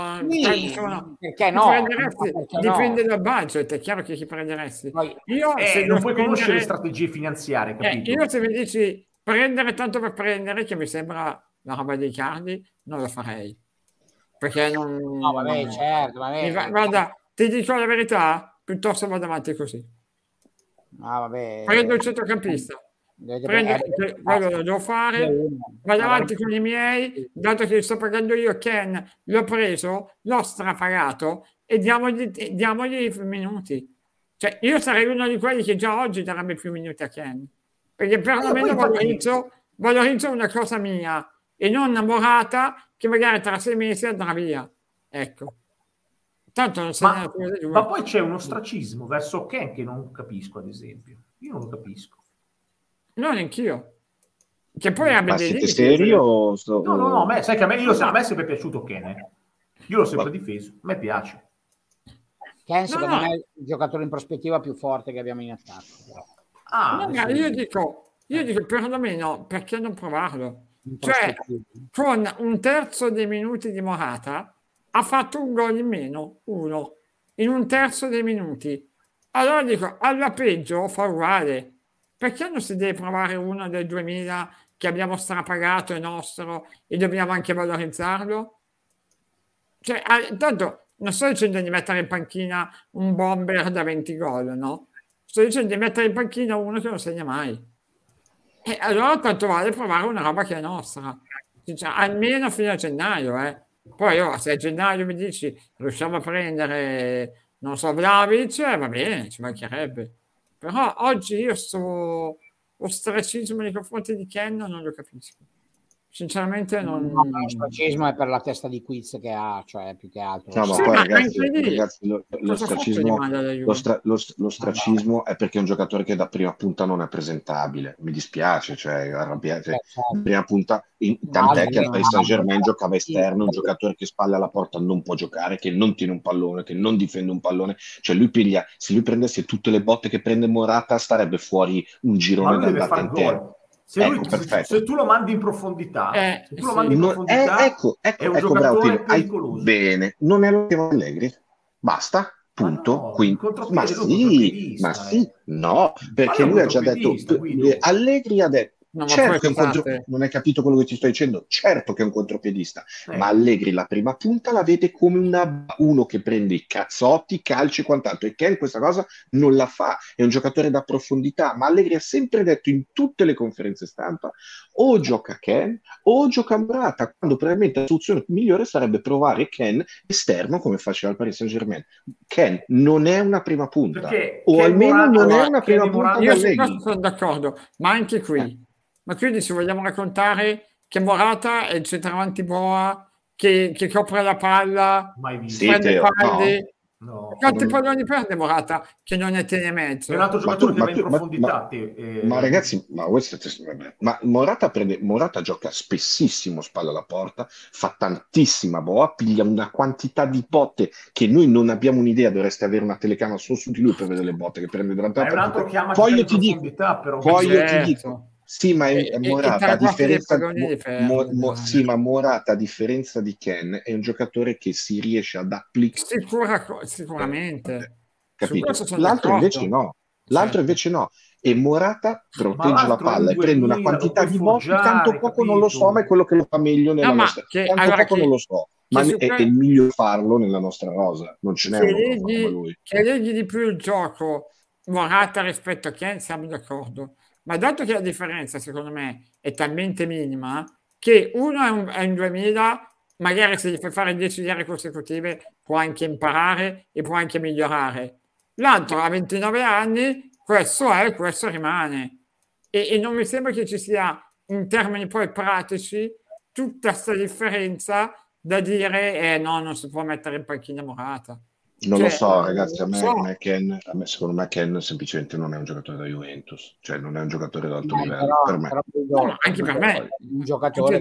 Speaker 4: perché no?
Speaker 1: Dipende dal budget, è chiaro che chi prenderesti. Io
Speaker 3: non puoi conoscere le strategie finanziarie, capito?
Speaker 1: Io se mi dici prendere tanto per prendere, che mi sembra la roba dei Cardi, non lo farei. Perché non...
Speaker 4: No, vabbè, certo.
Speaker 1: Guarda, ti dico la verità, piuttosto vado avanti così. Prendo il centrocampista. Quello lo devo fare, vado avanti con i miei, dato che sto pagando io. Ken l'ho preso, l'ho strapagato e diamogli minuti. Cioè io sarei uno di quelli che già oggi darebbe più minuti a Ken, perché perlomeno valorizzo una cosa mia e non una Morata che magari tra 6 mesi andrà via, ecco. Tanto non
Speaker 3: ma poi c'è un ostracismo verso Ken che non capisco, ad esempio. Io non lo capisco.
Speaker 1: No, neanch'io. Che poi abbia
Speaker 2: dei limiti. Serio?
Speaker 3: No, sai che a me è sempre piaciuto Ken. Io l'ho sempre difeso, a me piace.
Speaker 4: Ken secondo me è il giocatore in prospettiva più forte che abbiamo in attacco.
Speaker 1: Io dico perlomeno perché non provarlo? Cioè, con un terzo dei minuti di Morata ha fatto un gol in meno, uno, in un terzo dei minuti. Allora dico, alla peggio fa uguale. Perché non si deve provare uno del 2000 che abbiamo strapagato, è nostro, e dobbiamo anche valorizzarlo? Cioè, tanto non sto dicendo di mettere in panchina un bomber da 20 gol, no? Sto dicendo di mettere in panchina uno che non segna mai. E allora tanto vale provare una roba che è nostra. Cioè, almeno fino a gennaio, Poi se a gennaio mi dici riusciamo a prendere, non so, Vlahovic, va bene, ci mancherebbe. Però oggi io sto ostracismo nei confronti di Ken non lo capisco. Sinceramente non...
Speaker 4: No, l'ostracismo è per la testa di quiz che ha, cioè più che altro.
Speaker 2: No, ma poi ragazzi l'ostracismo è perché è un giocatore che da prima punta non è presentabile. Mi dispiace, cioè arrabbiate. Prima punta, tant'è che al Paris Saint-Germain giocava esterno, un giocatore che spalle alla porta non può giocare, che non tiene un pallone, che non difende un pallone. Cioè lui piglia, se lui prendesse tutte le botte che prende Morata starebbe fuori un girone d'andata intero.
Speaker 3: Se tu lo mandi in profondità, è un
Speaker 2: giocatore pericoloso. Bene, non è lo che va Allegri. Basta, punto. Ma sì, no, perché lui ha già detto, Allegri ha detto, certo che è un non hai capito quello che ti sto dicendo, certo che è un contropiedista, ma Allegri la prima punta la vede come uno che prende i cazzotti, calci e quant'altro, e Ken questa cosa non la fa, è un giocatore da profondità, ma Allegri ha sempre detto in tutte le conferenze stampa o gioca Ken o gioca Morata, quando probabilmente la soluzione migliore sarebbe provare Ken esterno come faceva il Paris Saint-Germain. Ken non è una prima punta,
Speaker 3: perché
Speaker 2: o
Speaker 3: Ken
Speaker 2: almeno
Speaker 3: Morata,
Speaker 2: non è una prima punta.
Speaker 1: Io su questo sono d'accordo, ma anche qui. Ma quindi se vogliamo raccontare che Morata è il centravanti boa, che copre la palla, prende falli.
Speaker 3: No.
Speaker 1: Quanti palloni prende Morata che non ne tiene mezzo?
Speaker 3: È un altro giocatore che va in profondità.
Speaker 2: Ma ragazzi, ma Morata gioca spessissimo spalla alla porta, fa tantissima boa, piglia una quantità di botte che noi non abbiamo un'idea, dovreste avere una telecamera solo su di lui per vedere le botte che prende durante la partita.
Speaker 3: È un altro che ama giocare in profondità, però.
Speaker 2: Poi io ti dico, sì, ma Morata, a differenza sì, ma Morata, a differenza di Ken, è un giocatore che si riesce ad applicare.
Speaker 1: Sicuramente.
Speaker 2: Capito? L'altro invece no. L'altro invece no. E Morata protegge la palla e prende una quantità di botti, tanto poco non lo so, ma è quello che lo fa meglio nella nostra. Tanto poco non lo so, ma è il miglior farlo nella nostra rosa. Non ce n'è uno come lui.
Speaker 1: Che leghi di più il gioco Morata rispetto a Ken, siamo d'accordo. Ma dato che la differenza, secondo me, è talmente minima, che uno è un 2000, magari se gli fai fare 10 gare consecutive può anche imparare e può anche migliorare. L'altro ha 29 anni, questo è, questo rimane. E non mi sembra che ci sia, in termini poi pratici, tutta questa differenza da dire, no, non si può mettere in panchina Morata.
Speaker 2: Non lo so, ragazzi, secondo me Ken semplicemente non è un giocatore da Juventus, cioè non è un giocatore d'alto livello. Per me.
Speaker 1: Anche per me.
Speaker 4: Un giocatore che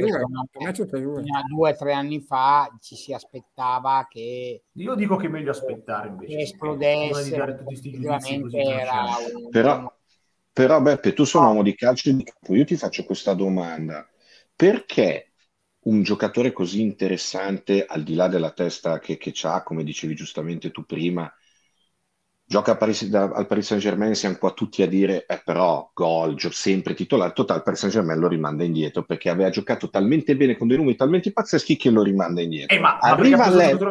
Speaker 4: 2 o 3 anni fa ci si aspettava che...
Speaker 3: Io dico che è meglio aspettare invece.
Speaker 4: Esplodesse.
Speaker 2: Però Beppe, tu sei un uomo di calcio di campo, io ti faccio questa domanda. Perché un giocatore così interessante, al di là della testa che c'ha, come dicevi giustamente tu prima, gioca al Paris Saint-Germain, siamo qua tutti a dire però gol, sempre titolare, totale, Paris Saint-Germain lo rimanda indietro perché aveva giocato talmente bene con dei numeri talmente pazzeschi che lo rimanda indietro. Arriva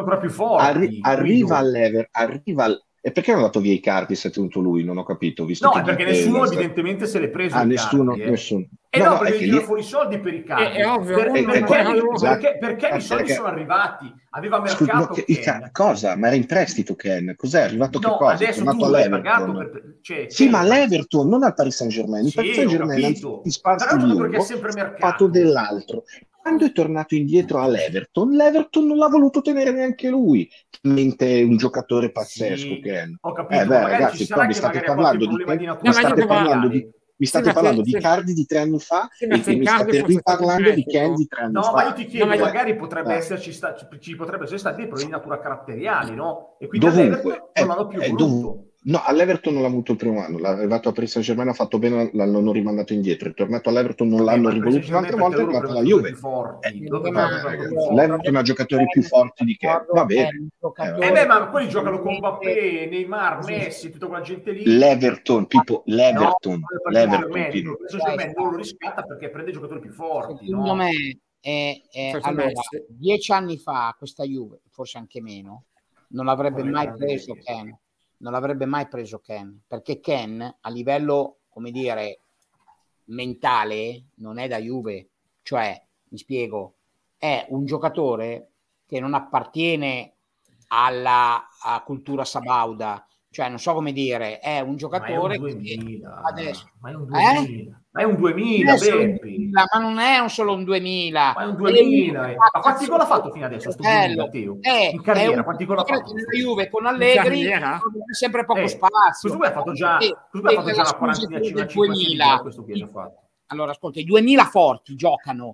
Speaker 2: all'Ever, e perché hanno dato via i Icardi se è tenuto lui? Non ho capito. Visto
Speaker 3: no, perché nessuno evidentemente se l'è preso.
Speaker 2: Nessuno.
Speaker 3: No, perché gli fuori i soldi per i Icardi.
Speaker 1: È ovvio.
Speaker 3: Perché i soldi sono arrivati? Aveva mercato
Speaker 2: cosa? Ma era in prestito Ken? Cos'è? È arrivato che cosa?
Speaker 3: Adesso tu l'hai pagato
Speaker 2: sì, ma all'Everton, non al Paris Saint-Germain. Il Paris Saint-Germain ti sparsi di uno, ha fatto dell'altro. Quando è tornato indietro all'Everton, l'Everton non l'ha voluto tenere neanche lui. Mente un giocatore pazzesco, Ken.
Speaker 3: Ho capito,
Speaker 2: ragazzi, mi state parlando di Icardi di 3 anni fa e mi state riparlando di Ken di 3 anni fa.
Speaker 3: No, ma io ti chiedo, magari potrebbe esserci ci potrebbe essere stati dei problemi di natura caratteriali, no? E quindi all'Everton non l'hanno più voluto.
Speaker 2: No, all'Everton non l'ha avuto il primo anno, è arrivato a Paris Saint-Germain, ha fatto bene, l'hanno rimandato indietro, è tornato all'Everton, non l'hanno rivoluto un'altra volta, è tornato alla Juve. L'Everton ha giocatori più forti di che, va bene.
Speaker 3: Ma quelli giocano con Mbappé, Neymar, Messi, tutta quella gente lì.
Speaker 2: L'Everton non
Speaker 3: lo riscatta perché prende giocatori più forti.
Speaker 4: Secondo me, allora, 10 anni fa questa Juve, forse anche meno, non avrebbe mai preso Ken. Non l'avrebbe mai preso Ken, perché Ken a livello, come dire, mentale non è da Juve, cioè, mi spiego, è un giocatore che non appartiene alla cultura sabauda, cioè non so come dire, è un giocatore che adesso
Speaker 3: ma è un 2000,
Speaker 4: ma non è solo un 2000,
Speaker 3: ma è un 2000. Ma quanti gol ha fatto fino adesso sto Matteo? In carriera quanti gol ha fatto?
Speaker 4: La Juve con Allegri sempre poco spazio.
Speaker 3: Questo ha fatto già una quarantina del 2000. Questo che ha fatto.
Speaker 4: Allora ascolta, i 2000 forti giocano,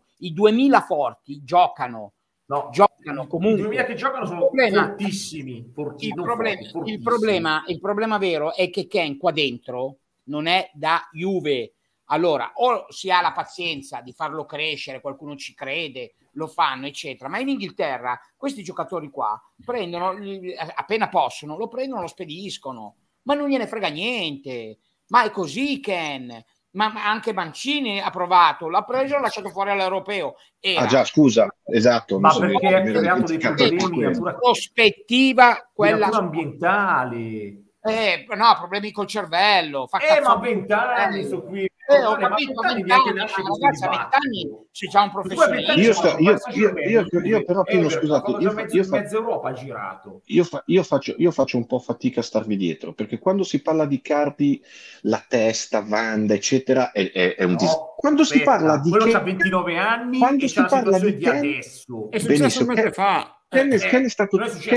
Speaker 3: No,
Speaker 4: giocano comunque.
Speaker 3: I 2000 che giocano sono fortissimi.
Speaker 4: Il problema vero è che Ken qua dentro non è da Juve. Allora, o si ha la pazienza di farlo crescere, qualcuno ci crede, lo fanno, eccetera. Ma in Inghilterra questi giocatori qua prendono, appena possono, lo prendono, lo spediscono. Ma non gliene frega niente. Ma è così, Ken. ma anche Mancini ha provato, l'ha preso e l'ha lasciato fuori all'Europeo.
Speaker 2: Ah già, scusa, esatto.
Speaker 3: Ma perché ha creato dei problemi,
Speaker 4: prospettiva quella
Speaker 3: ambientale.
Speaker 4: No, problemi col cervello.
Speaker 3: Ma 20 anni su qui.
Speaker 4: Ho capito, a 20 anni, ragazzi, a 20 anni c'è già un professionista.
Speaker 2: Io però, Pino, scusate,
Speaker 3: mezza Europa ha girato.
Speaker 2: Io faccio un po' fatica a starvi dietro, perché quando si parla di Carpi, la testa, Vanda, eccetera, è un quando si parla di
Speaker 3: quello c'ha 29 anni
Speaker 2: quando
Speaker 3: e
Speaker 2: si parla di
Speaker 3: Ken, adesso.
Speaker 1: È successo un mese fa.
Speaker 2: Ken è stato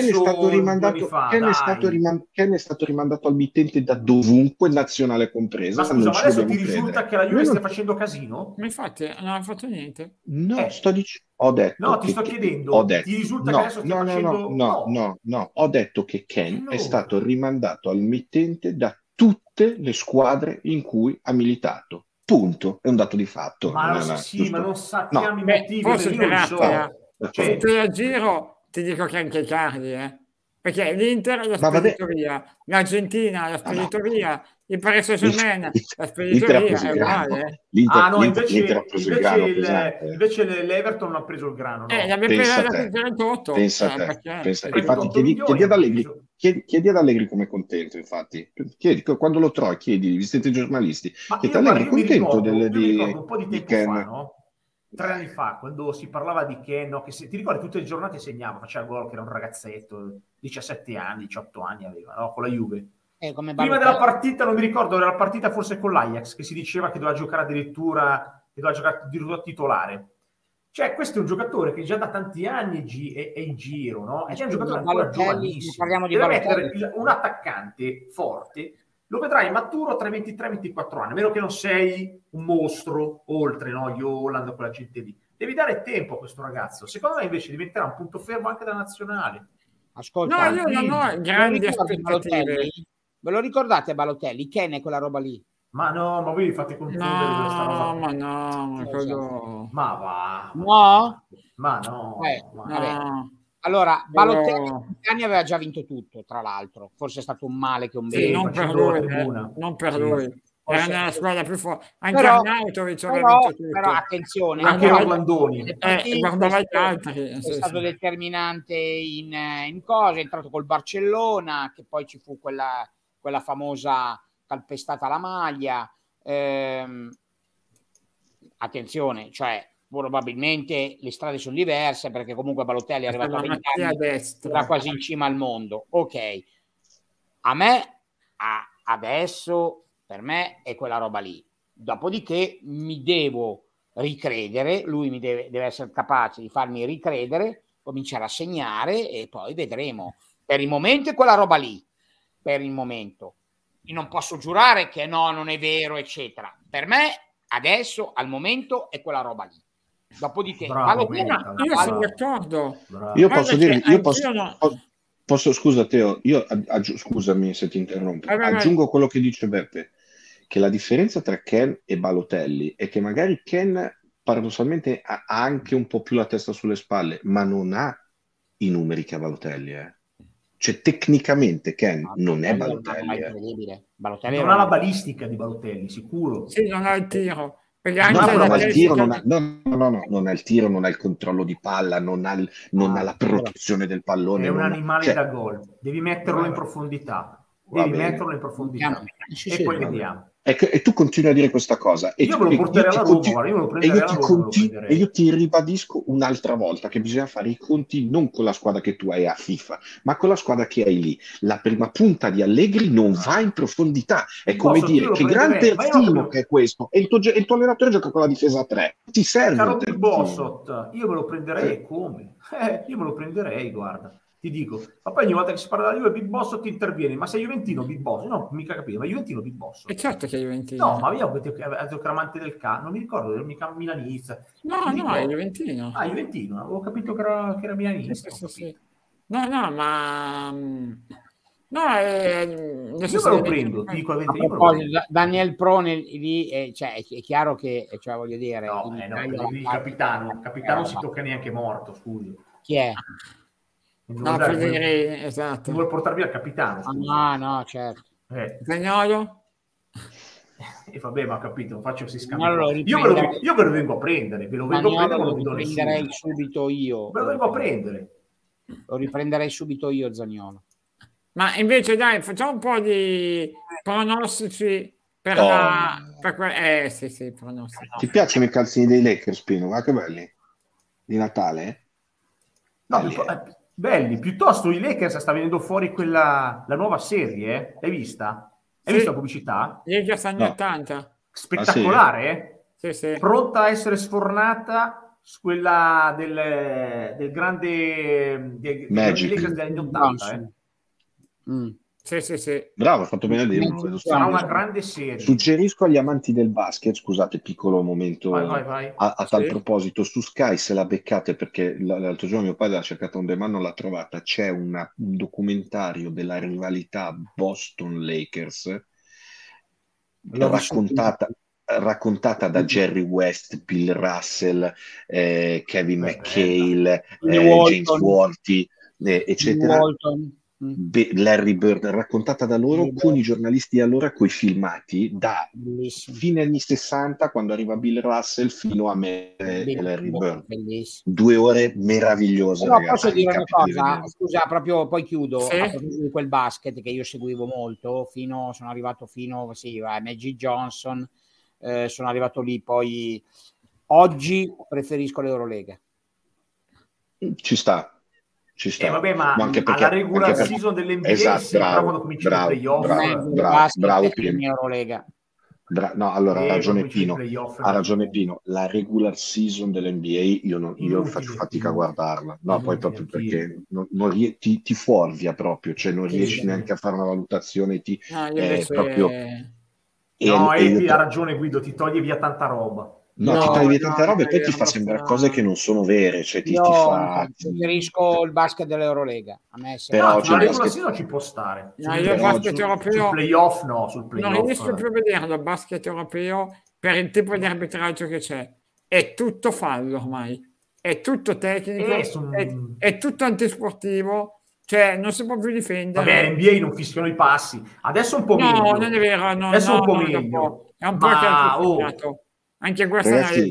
Speaker 2: rimandato al mittente da dovunque, nazionale compresa.
Speaker 3: Ma scusa, ma adesso ti risulta che la Juve stia facendo casino?
Speaker 1: Ma infatti non ha fatto niente.
Speaker 2: No, sto dicendo, ho detto.
Speaker 3: No, ti sto chiedendo. Ti risulta che adesso stia facendo.
Speaker 2: No, ho detto che Ken è stato rimandato al mittente da tutte le squadre in cui ha militato. Punto, è un dato di fatto.
Speaker 3: Ma non sappiamo i motivi.
Speaker 1: Forse se te la giro ti dico che anche Carli, perché l'Inter l'ha spedito via, l'Argentina l'ha spedito via, il Paris Saint-Germain l'ha spedito via, è uguale.
Speaker 3: Invece l'Everton non ha preso il grano.
Speaker 1: L'abbiamo preso da 38.
Speaker 2: Pensa a te. Infatti chiedi ad Allegri come è contento, infatti. Quando lo trovi, chiedi, vi siete giornalisti. Chiedi Allegri contento
Speaker 3: di un po' di tempo fa, no? 3 anni fa, quando si parlava di Ken, no? Ti ricordi, tutte le giornate segnava, faceva gol, che era un ragazzetto, 17 anni, 18 anni aveva, no? Con la Juve. Prima della partita, non mi ricordo, era la partita forse con l'Ajax, che si diceva che doveva giocare addirittura titolare. Cioè, questo è un giocatore che già da tanti anni è in giro, no? È un giocatore ancora giovanissimo. Deve mettere un attaccante forte. Lo vedrai maturo tra i 23 e i 24 anni, a meno che non sei un mostro oltre, no? Io Holland, quella gente lì. Devi dare tempo a questo ragazzo. Secondo me invece diventerà un punto fermo anche della nazionale.
Speaker 4: Ascolta,
Speaker 1: io non ho grandi aspettative.
Speaker 4: Ve lo ricordate Balotelli? Ken è quella roba lì.
Speaker 3: Ma no, ma voi vi fate confondere questa roba.
Speaker 1: Ma no,
Speaker 3: ma va.
Speaker 4: No?
Speaker 3: Ma no.
Speaker 4: Vabbè. Allora, Balotelli anni aveva già vinto tutto, tra l'altro. Forse è stato un male che un bene.
Speaker 1: Sì, non per lui. Era nella squadra più forte. Anche Arnautovic aveva vinto tutto.
Speaker 4: Però attenzione,
Speaker 3: anche Orlandoni.
Speaker 1: Guardava gli altri.
Speaker 4: È stato determinante in cosa, è entrato col Barcellona, che poi ci fu quella famosa calpestata alla maglia. Attenzione, cioè probabilmente le strade sono diverse, perché comunque Balotelli è arrivato a 20 anni, era quasi in cima al mondo. Ok, a me adesso per me è quella roba lì. Dopodiché mi devo ricredere, lui deve essere capace di farmi ricredere, cominciare a segnare e poi vedremo. Per il momento è quella roba lì, per il momento. Io non posso giurare che no, non è vero, eccetera. Per me adesso, al momento, è quella roba lì. Dopodiché,
Speaker 1: io sono d'accordo.
Speaker 2: Io posso dire, scusa Teo, scusami se ti interrompo, aggiungo quello che dice Beppe, che la differenza tra Ken e Balotelli è che magari Ken paradossalmente ha anche un po' più la testa sulle spalle, ma non ha i numeri che ha Balotelli, Cioè, tecnicamente Ken non è Balotelli.
Speaker 3: Non ha la balistica di Balotelli, sicuro.
Speaker 1: Sì, non ha il tiro.
Speaker 2: Non ha il tiro, non ha il tiro, non ha il controllo di palla, non ha la protezione del pallone.
Speaker 3: È un animale da gol. Devi metterlo in profondità. E poi vediamo.
Speaker 2: E tu continui a dire questa cosa.
Speaker 3: Io me lo porterei alla Roma, io me lo prenderei alla Roma.
Speaker 2: E io ti ribadisco un'altra volta che bisogna fare i conti non con la squadra che tu hai a FIFA, ma con la squadra che hai lì. La prima punta di Allegri non va in profondità. È come dire che gran terzino che è questo, e il tuo allenatore gioca con la difesa a 3. Ti serve.
Speaker 3: Caro Big Bossot, io me lo prenderei come? Io me lo prenderei, guarda. Ti dico, ma poi ogni volta che si parla della Juve Big Boss ti interviene, ma sei Juventino Big Boss? No, mica capito, ma Juventino Big Boss?
Speaker 1: È certo che è Juventino.
Speaker 3: No, ma io ho cramante del non mi ricordo, ero mica milanista.
Speaker 1: No, è Juventino.
Speaker 3: Ah, Juventino, avevo capito che era milanista.
Speaker 1: Sì. No, ma... No,
Speaker 3: io me lo prendo, ti dico la verità.
Speaker 4: Daniel Prone lì, cioè, è chiaro che, cioè, voglio dire...
Speaker 3: il capitano si tocca neanche morto, scusi.
Speaker 4: Chi è?
Speaker 1: Esatto.
Speaker 3: Non vuole portare via il capitano.
Speaker 4: No, certo.
Speaker 1: Zagnolo?
Speaker 3: E vabbè, ma ho capito, non faccio si scambio.
Speaker 4: Allora,
Speaker 3: Io ve lo vengo a prendere, ve lo vengo a prendere,
Speaker 4: lo riprenderei subito io.
Speaker 3: Ve lo vengo a prendere.
Speaker 4: Lo riprenderei subito io, Zaniolo.
Speaker 1: Ma invece dai, facciamo un po' di pronostici per sì, pronostici.
Speaker 2: Ti piacciono i calzini dei Lakers, Pino? Ma che belli. Di Natale?
Speaker 3: No, belli. Piuttosto i Lakers sta venendo fuori la nuova serie, L'hai vista? Hai visto la pubblicità?
Speaker 1: Lakers anni 80.
Speaker 3: Spettacolare,
Speaker 1: Sì.
Speaker 3: Pronta a essere sfornata su quella del grande dei Lakers degli anni 80,
Speaker 1: Sì.
Speaker 2: Bravo, hai fatto bene a dirlo.
Speaker 3: Sarà una grande serie.
Speaker 2: Suggerisco agli amanti del basket, scusate, piccolo momento
Speaker 3: vai.
Speaker 2: a tal proposito, su Sky se la beccate, perché l'altro giorno mio padre l'ha cercata on demand, non l'ha trovata, c'è un documentario della rivalità Boston-Lakers raccontata da Jerry West, Bill Russell, Kevin McHale, James Worthy, eccetera. Larry Bird, raccontata da loro con i giornalisti allora, coi filmati da fine anni 60, quando arriva Bill Russell, fino a me e Larry Bird. 2 ore meravigliose.
Speaker 4: Però
Speaker 2: ragazzi,
Speaker 4: posso dire una cosa, scusa, proprio poi chiudo. A proposito di quel basket che io seguivo molto, sono arrivato fino a Magic Johnson, sono arrivato lì, poi oggi preferisco l'Eurolega.
Speaker 2: Ci sta.
Speaker 3: Vabbè, ma anche perché, alla regular season dell'NBA sembra quando cominciano i playoff.
Speaker 2: Bravo Pino.
Speaker 4: Eurolega.
Speaker 2: No, allora ha ragione Pino. La regular season dell'NBA io faccio fatica a guardarla. No, poi proprio perché ti fuorvia proprio, cioè non riesci neanche a fare una valutazione. Proprio.
Speaker 3: No, ha ragione Guido, ti toglie via tanta roba.
Speaker 2: No, ti toglie tante robe e poi ti fa sembrare cose che non sono vere. Cioè ti fa.
Speaker 4: Preferisco il basket dell'Eurolega. A me
Speaker 2: però
Speaker 3: la regola non ci può stare.
Speaker 1: No, io il basket europeo
Speaker 3: sul playoff no, sul playoff.
Speaker 1: Non riesco più a vederlo il basket europeo per il tipo di arbitraggio che c'è. È tutto fallo ormai. È tutto tecnico, è tutto antisportivo. Cioè, non si può più difendere.
Speaker 3: Vabbè, l'NBA non fischiano i passi. Adesso è un po' meglio.
Speaker 1: No, non è vero.
Speaker 3: Adesso è un po' meglio.
Speaker 1: È un po' calciato. Anche questa
Speaker 2: ragazzi,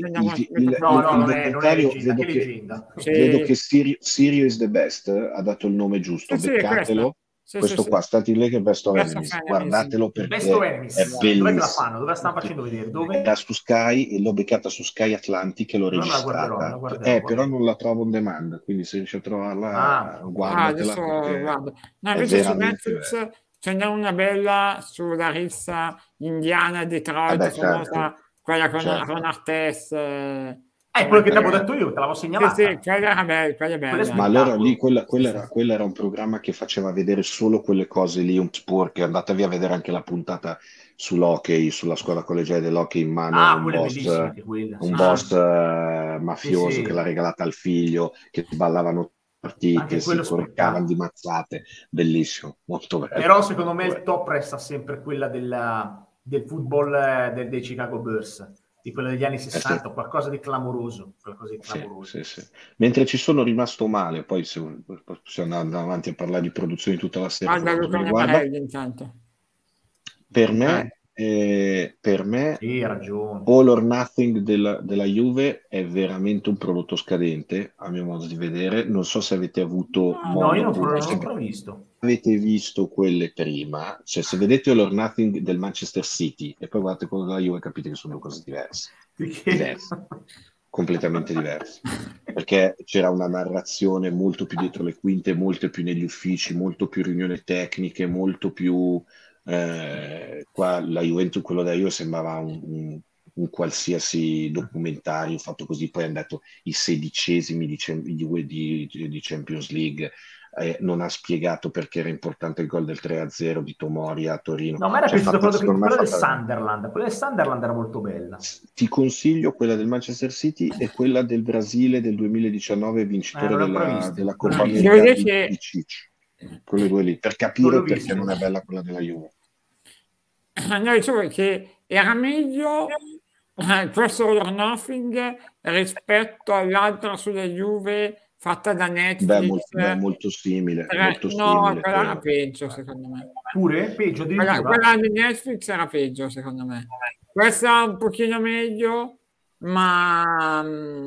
Speaker 3: non è leggenda,
Speaker 2: vedo che Sirio is the best ha dato il nome giusto, beccatelo. Questo qua, Stati Lakers Best of Enemies, guardatelo perché è bellissimo.
Speaker 3: Dove la fanno? Dove la stanno facendo vedere? Dove?
Speaker 2: Era su Sky e l'ho beccata su Sky Atlantic e l'ho registrata. Però non la trovo on demand, quindi se riesci a trovarla, guardatela.
Speaker 1: No, invece su Netflix ce n'è una bella sulla rissa indiana Detroit, famosa, quella con Artes.
Speaker 3: Quello che ti avevo detto io, te l'avevo segnalata.
Speaker 1: Sì, quella è bella.
Speaker 2: Ma allora lì quella era un programma che faceva vedere solo quelle cose lì, un sport, che andatevi a vedere anche la puntata sull'hockey, sulla scuola collegiale dell'hockey in mano a un boss mafioso che l'ha regalata al figlio, che ballavano partite, si coricavano di mazzate, bellissimo, molto bello.
Speaker 3: Però secondo me il top resta sempre quella del football dei Chicago Bears, di quella degli anni 60, qualcosa di clamoroso.
Speaker 2: Sì. Mentre ci sono rimasto male, poi se possiamo andare avanti a parlare di produzione di tutta la serie. Per me
Speaker 3: sì, hai ragione.
Speaker 2: All or Nothing della Juve è veramente un prodotto scadente, a mio modo di vedere. Non so se avete avuto
Speaker 3: modo. No, io non l'ho ancora visto.
Speaker 2: Avete visto quelle prima, cioè se vedete All or Nothing del Manchester City e poi guardate quello della Juve, capite che sono due cose diverse. Completamente diverse, perché c'era una narrazione molto più dietro le quinte, molto più negli uffici, molto più riunioni tecniche, molto più qua la Juventus, quello da Juve sembrava un qualsiasi documentario fatto così. Poi hanno dato i 16esimi di Champions League, non ha spiegato perché era importante il gol del 3-0 di Tomori a Torino.
Speaker 3: No, ma era piaciuto quella del Sunderland. Quella del Sunderland era molto bella.
Speaker 2: Ti consiglio quella del Manchester City e quella del Brasile del 2019, vincitore della Coppa America di Cicci. Quelle due lì, per capire perché non è bella quella della Juve.
Speaker 1: No, dicevo che era meglio questo All or Nothing rispetto all'altra sulla Juve fatta da Netflix.
Speaker 2: Molto simile.
Speaker 1: No, quella era peggio, secondo me.
Speaker 3: Pure? Peggio addirittura?
Speaker 1: Quella di Netflix era peggio, secondo me. Questa un pochino meglio, ma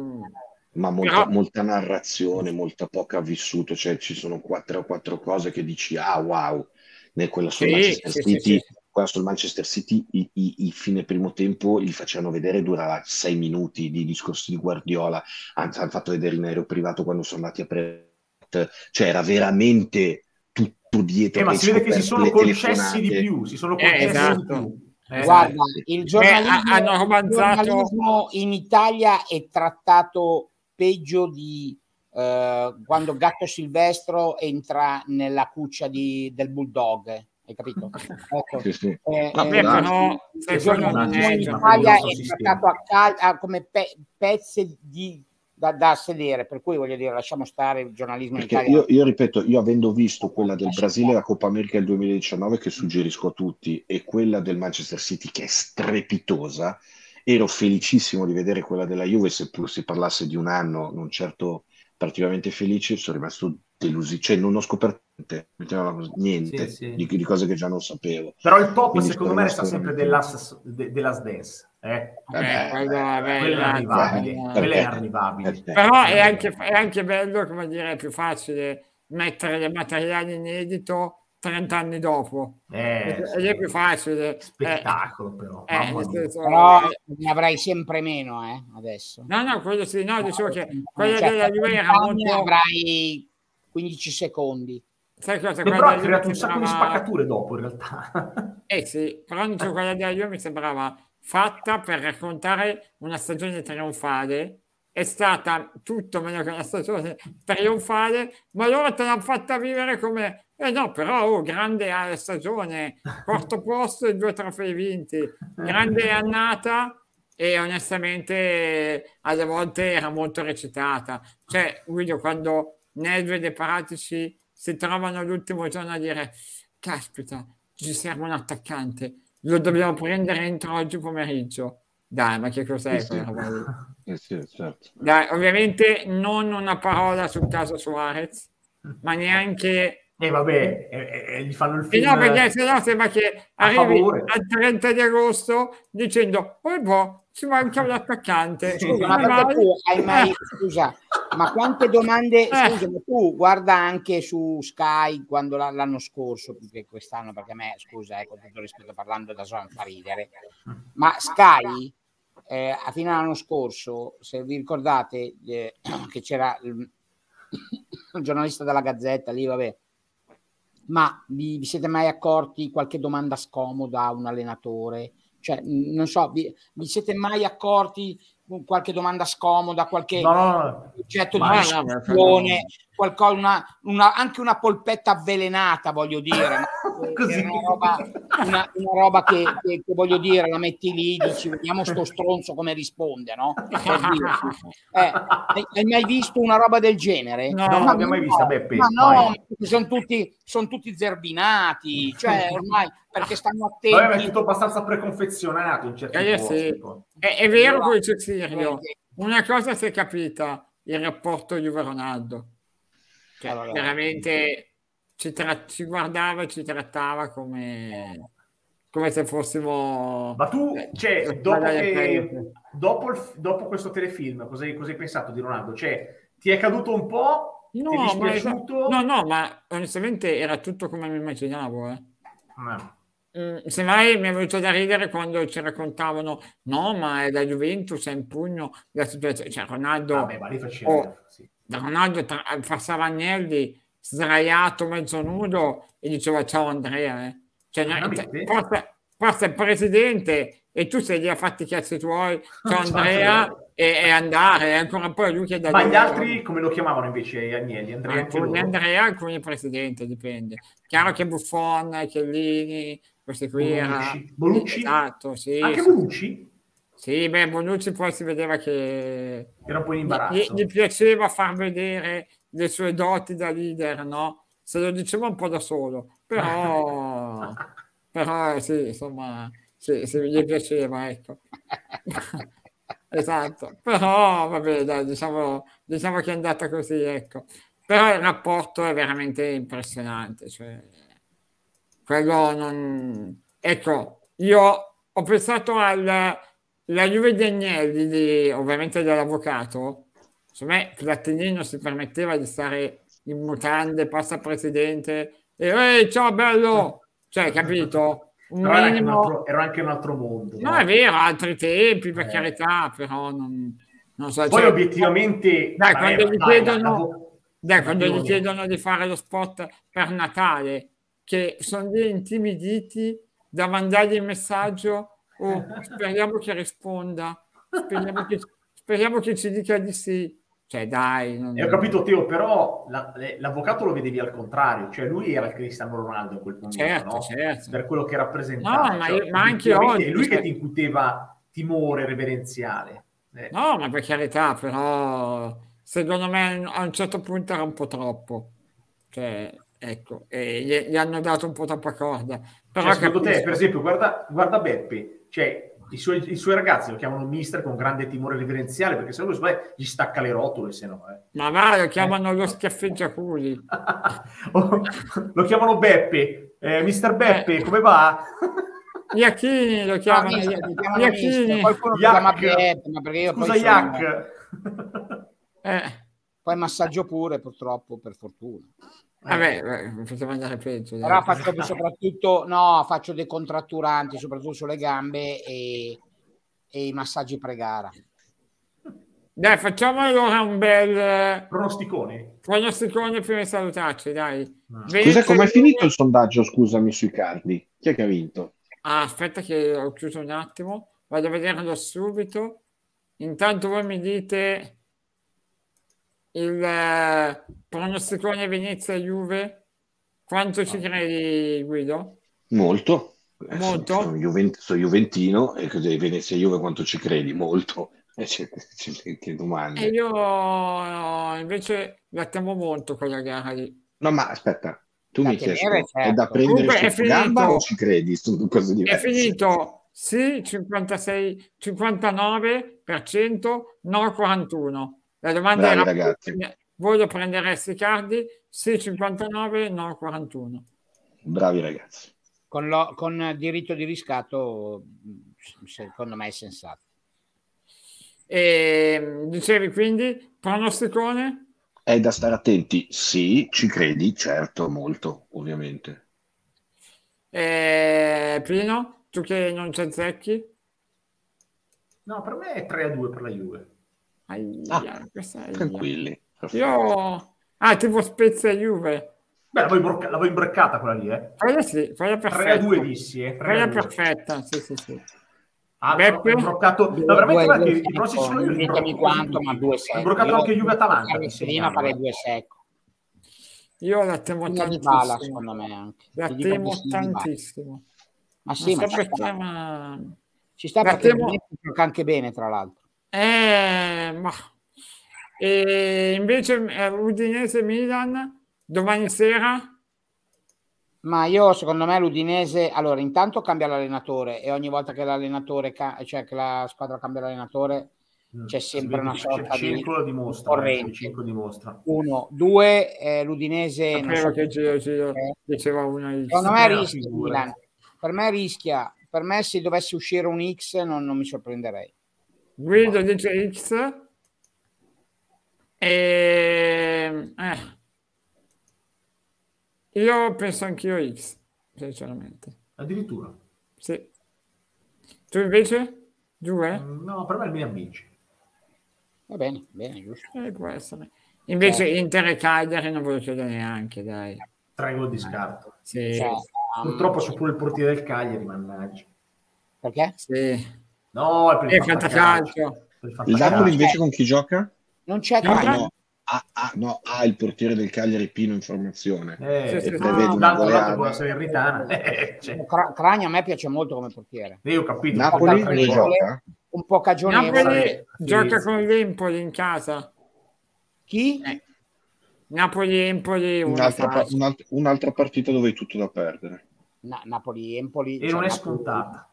Speaker 2: molta narrazione, molta poca vissuto, cioè ci sono 4 cose che dici wow, quella sul Manchester City. Qua sul Manchester City i fine primo tempo li facevano vedere, durava 6 minuti di discorsi di Guardiola, anzi hanno fatto vedere in aereo privato quando sono andati a cioè era veramente tutto dietro.
Speaker 3: Ma si vede che si sono concessi di più,
Speaker 1: esatto.
Speaker 4: Guarda, il giornalismo in Italia è trattato peggio di quando Gatto Silvestro entra nella cuccia del bulldog. Hai capito? Ecco.
Speaker 2: Sì.
Speaker 4: Il giornalismo in Italia è trattato come pezzi da sedere, per cui voglio dire, lasciamo stare il giornalismo in Italia.
Speaker 2: Io ripeto, io avendo visto quella del Brasile, la Coppa America del 2019, che suggerisco a tutti, e quella del Manchester City, che è strepitosa, ero felicissimo di vedere quella della Juve, seppur si parlasse di un anno non certo particolarmente felice. Sono rimasto deluso, cioè non ho scoperto niente di cose che già non sapevo.
Speaker 3: Però il top secondo me resta sempre della Dance.
Speaker 1: Quella
Speaker 3: è inarrivabile.
Speaker 1: Però è anche bello, come dire, è più facile mettere dei materiali inedito 30 anni dopo, ed è più facile.
Speaker 3: Spettacolo, però.
Speaker 4: Però ne avrai sempre meno, adesso.
Speaker 1: No, quello sì, no, dicevo che quella della Juve era molto...
Speaker 4: avrai 15 secondi.
Speaker 1: Sai cosa?
Speaker 3: Però ha creato un sacco di spaccature dopo, in realtà.
Speaker 1: Sì, però quella della Juve mi sembrava fatta per raccontare una stagione trionfale. È stata tutto meno che una stagione trionfale, ma loro te l'hanno fatta vivere come no, però grande stagione, quarto posto e 2 trofei vinti, grande annata, e onestamente alle volte era molto recitata. Cioè, Guido, quando Nedved e Paratici si trovano l'ultimo giorno a dire caspita, ci serve un attaccante, lo dobbiamo prendere entro oggi pomeriggio. Dai, ma che cos'è quella roba lì?
Speaker 2: Certo.
Speaker 1: Dai, ovviamente non una parola sul caso Suarez, ma neanche...
Speaker 3: gli fanno il film.
Speaker 1: No, perché se no sembra che arrivi al 30 di agosto dicendo ci manca un attaccante.
Speaker 4: Scusa, ma perché tu hai mai... Scusa, ma quante domande... Scusa, ma tu guarda anche su Sky quando l'anno scorso, perché quest'anno, perché a me, scusa, con tutto rispetto, parlando da Zon fa ridere, ma Sky... a fine dell'anno scorso, se vi ricordate che c'era il giornalista della Gazzetta lì, vabbè, ma vi siete mai accorti qualche domanda scomoda a un allenatore? Cioè, non so, vi siete mai accorti qualche domanda scomoda, qualche oggetto di discussione, qualcosa, anche una polpetta avvelenata, voglio dire, una roba che voglio dire, la metti lì, dici vediamo sto stronzo come risponde, no? Hai mai visto una roba del genere?
Speaker 3: No, non l'abbiamo mai vista, Beppe.
Speaker 4: Ma no, sono tutti zerbinati, cioè ormai perché stanno attenti.
Speaker 3: Vabbè, è tutto abbastanza preconfezionato in certi posti.
Speaker 1: È vero quello che Sirio. Una cosa si è capita, il rapporto Juve-Ronaldo. Cioè, veramente ci guardava e ci trattava come se fossimo...
Speaker 3: Ma tu, dopo questo telefilm, cosa hai pensato di Ronaldo? Cioè, ti è caduto un po'? Ti è dispiaciuto?
Speaker 1: No, ma onestamente era tutto come mi immaginavo. Semmai mi è venuto da ridere quando ci raccontavano ma è da Juventus, è in pugno la situazione, cioè Ronaldo Ronaldo passava Agnelli sdraiato mezzo nudo e diceva ciao Andrea cioè, forse è il presidente e tu sei lì a fatti i cazzi tuoi, ciao Andrea, e andare, ancora poi lui che da
Speaker 3: ma gli altri come lo chiamavano invece Agnelli?
Speaker 1: Andrea, alcuni presidente, dipende. Chiaro che Buffon, Chiellini, questi qui
Speaker 3: Bonucci?
Speaker 1: Esatto, sì.
Speaker 3: Anche Bonucci?
Speaker 1: Sì, Bonucci poi si vedeva che
Speaker 3: era un po' in imbarazzo.
Speaker 1: Gli piaceva far vedere le sue doti da leader, no? Se lo diceva un po' da solo, però sì, insomma, sì, gli piaceva, ecco. esatto. Però vabbè, dai, diciamo che è andata così, ecco. Però il rapporto è veramente impressionante, cioè quello non... Ecco, io ho pensato alla Juve di Agnelli, ovviamente dell'avvocato, secondo me Plattenino si permetteva di stare in mutande, passa presidente, e ehi, ciao bello! Cioè, capito? Un
Speaker 3: Però
Speaker 1: minimo...
Speaker 3: era anche un altro mondo.
Speaker 1: No, è vero, altri tempi, per carità, però non so.
Speaker 3: Poi
Speaker 1: Cioè,
Speaker 3: obiettivamente...
Speaker 1: dai,
Speaker 3: vabbè,
Speaker 1: quando gli
Speaker 3: dai,
Speaker 1: chiedono, dai, quando gli
Speaker 3: Plattenino.
Speaker 1: chiedono di fare lo spot per Natale, che sono lì intimiditi da mandargli il messaggio, oh, speriamo che risponda, speriamo che ci dica di sì. Cioè, dai.
Speaker 3: E ho capito, Teo, però l'avvocato lo vedevi al contrario, cioè lui era il Cristiano Ronaldo a quel momento,
Speaker 1: Certo,
Speaker 3: no?
Speaker 1: certo.
Speaker 3: Per quello che rappresentava.
Speaker 1: No, ma,
Speaker 3: Cioè,
Speaker 1: ma anche
Speaker 3: obiettivamente
Speaker 1: oggi.
Speaker 3: è lui
Speaker 1: cioè,
Speaker 3: che ti incuteva timore reverenziale.
Speaker 1: No, ma per carità, però secondo me a un certo punto era un po' troppo. Cioè, ecco, e gli hanno dato un po' troppa corda. Però
Speaker 3: Cioè, secondo te,
Speaker 1: capisco.
Speaker 3: per esempio, guarda Beppe, cioè i suoi ragazzi lo chiamano mister con grande timore reverenziale, perché se no gli stacca le rotole, se no.
Speaker 1: Ma va, lo chiamano lo schiaffeggiaculi.
Speaker 3: Lo chiamano Beppe. Mister Beppe, come va?
Speaker 1: Iachini lo chiamano. Iachini.
Speaker 4: Qualcuno lo chiama Beppe, ma perché io
Speaker 3: Scusa,
Speaker 4: poi
Speaker 3: Iac.
Speaker 4: Poi massaggio pure, purtroppo, per fortuna.
Speaker 1: Vabbè, poteva andare peggio.
Speaker 4: Però faccio soprattutto, no, faccio dei contratturanti, soprattutto sulle gambe e i massaggi pre-gara.
Speaker 1: Dai, facciamo allora un bel
Speaker 3: pronosticone
Speaker 1: prima di salutarci, dai.
Speaker 2: Scusa, com'è finito il sondaggio, scusami, sui Cardi? Chi è che ha vinto?
Speaker 1: Ah, aspetta che ho chiuso un attimo, vado a vederlo subito. Intanto voi mi dite il pronosticone Venezia-Juve. Quanto ci credi, Guido?
Speaker 2: Molto.
Speaker 1: Molto?
Speaker 2: Sono juventino e così Venezia-Juve quanto ci credi? Molto. Che domande.
Speaker 1: E io invece la temo molto quella gara lì.
Speaker 2: No, ma aspetta, tu mi hai chiesto,
Speaker 4: certo.
Speaker 2: è da prendere
Speaker 1: Comunque
Speaker 2: sotto gamba o ci credi? Sono cose diverse.
Speaker 1: È finito sì 56, 59%, no 41. La domanda
Speaker 2: Bravi,
Speaker 1: era
Speaker 2: ragazzi.
Speaker 1: voi lo prendereste Cardi? Sì 59, no 41.
Speaker 2: Bravi ragazzi.
Speaker 4: Con diritto di riscatto, secondo me è sensato.
Speaker 1: E dicevi quindi pronosticone?
Speaker 2: È da stare attenti, sì, ci credi, certo, molto, ovviamente.
Speaker 1: Pino, tu che non ci azzecchi?
Speaker 3: No, per me è 3-2 per la Juve.
Speaker 2: Tranquilli.
Speaker 1: Io... tipo Spezia Juve.
Speaker 3: Beh, l'avevo imbreccata quella lì,
Speaker 1: Quella sì, quella è perfetta.
Speaker 3: 3-2 dissi,
Speaker 1: Quella è perfetta, sì.
Speaker 3: Beppe? Ho broccato... No, veramente, i prossimi sono io.
Speaker 4: Ditemi quanto, ma 2 secco.
Speaker 3: Ho broccato anche Juve-Atalanta.
Speaker 4: Prima fare 2 secco.
Speaker 1: Io la temo tantissimo.
Speaker 4: Di bala, secondo me anche.
Speaker 1: La temo tantissimo.
Speaker 4: Ma sì,
Speaker 1: ma
Speaker 4: ci sta perché gioca anche bene, tra l'altro.
Speaker 1: Ma... E invece Udinese-Milan domani sera?
Speaker 4: Ma io, secondo me, l'Udinese, allora, intanto cambia l'allenatore e ogni volta che l'allenatore, cioè che la squadra cambia l'allenatore, c'è sempre una sorta di
Speaker 3: corrente.
Speaker 4: 1, 2, l'Udinese
Speaker 1: non che Giro diceva una X.
Speaker 4: Secondo me rischia Milan. Per me rischia, per me se dovesse uscire un X non mi sorprenderei.
Speaker 1: Guido dice X io penso anch'io X, sinceramente.
Speaker 3: Addirittura?
Speaker 1: Sì. Tu invece? 2?
Speaker 3: No, per me il Milan vince.
Speaker 4: Va bene, giusto.
Speaker 1: Può essere. Invece Inter e Cagliari non ve lo chiedo neanche, dai.
Speaker 3: 3 gol di scarto.
Speaker 1: Sì.
Speaker 3: Purtroppo c'è pure il portiere del Cagliari, mannaggia.
Speaker 4: Perché?
Speaker 1: Sì.
Speaker 3: No, è per il
Speaker 1: fantacalcio.
Speaker 2: Il Napoli invece con chi gioca?
Speaker 4: Non c'è
Speaker 2: ha il portiere del Cagliari Pino in formazione.
Speaker 3: Prevede una goleata.
Speaker 4: Cragno a me piace molto come portiere.
Speaker 3: Io ho capito.
Speaker 2: Napoli gioca?
Speaker 4: Un po' cagionevole.
Speaker 1: Napoli gioca con l'Empoli in casa.
Speaker 4: Chi?
Speaker 1: Napoli-Empoli.
Speaker 2: Un'altra partita dove hai tutto da perdere.
Speaker 4: Napoli-Empoli.
Speaker 3: E non è scontata.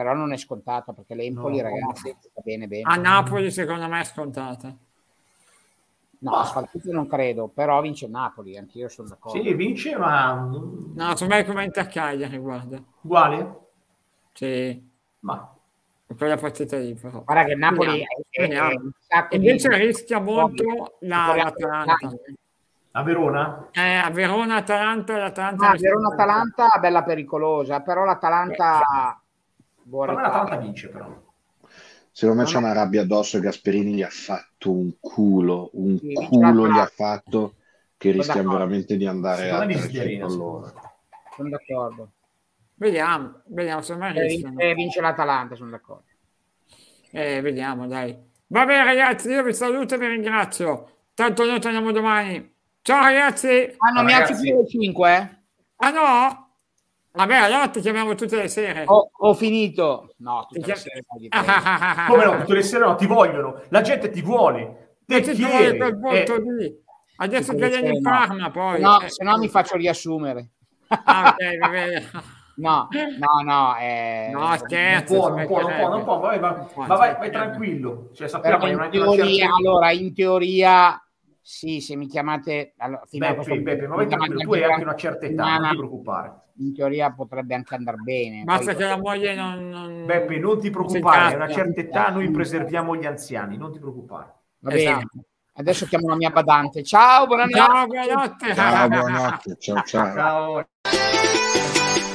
Speaker 4: però non è scontata perché l'Empoli, ragazzi, va bene.
Speaker 1: A Napoli secondo me è scontata.
Speaker 4: No, a sconfitta non credo, però vince il Napoli, anch'io sono d'accordo.
Speaker 3: Sì, vince, ma...
Speaker 1: No, secondo me è come Inter-Cagliari, guarda.
Speaker 3: Uguale?
Speaker 1: Sì.
Speaker 3: Ma...
Speaker 1: Quella partita lì, però.
Speaker 4: Guarda che il Napoli
Speaker 1: invece rischia molto l'Atalanta.
Speaker 3: A Verona?
Speaker 1: A Verona, Atalanta, l'Atalanta.
Speaker 4: Verona-Atalanta bella pericolosa, però l'Atalanta...
Speaker 3: l'Atalanta vince, però.
Speaker 2: Secondo me c'è una rabbia addosso e Gasperini gli ha fatto un culo gli ha fatto che rischiano veramente di andare a 300 all'ora.
Speaker 4: Sono d'accordo.
Speaker 1: Vediamo,
Speaker 4: vince l'Atalanta, sono d'accordo.
Speaker 1: Vediamo, dai. Vabbè ragazzi, io vi saluto e vi ringrazio. Tanto noi torniamo domani. Ciao ragazzi.
Speaker 4: Non mi alzi più le 5,
Speaker 1: Ah no? Vabbè, allora ti chiamiamo tutte le sere.
Speaker 4: Ho finito. No, tutte le sere.
Speaker 3: Come no? Tutte le sere no, ti vogliono. La gente ti vuole. Te chiede.
Speaker 1: Adesso che vieni in Parma, poi.
Speaker 4: No, se no mi faccio riassumere.
Speaker 1: Ah, ok, va bene.
Speaker 4: No,
Speaker 1: scherzo.
Speaker 3: Non può. Vai tranquillo. Cioè, sappiamo
Speaker 4: in teoria, sì, se mi chiamate... Allora,
Speaker 3: Beppe, ma vai tranquillo, tu hai anche una certa età, non ti preoccupare.
Speaker 4: In teoria potrebbe anche andare bene.
Speaker 1: Basta che la moglie non...
Speaker 3: Beppe, non ti preoccupare, a una certa età noi preserviamo gli anziani, non ti preoccupare.
Speaker 4: Va bene. Adesso chiamo la mia badante. Ciao, buonanotte.
Speaker 1: Ciao, buonanotte.
Speaker 2: Ciao, buonanotte. Ciao.
Speaker 3: Ciao.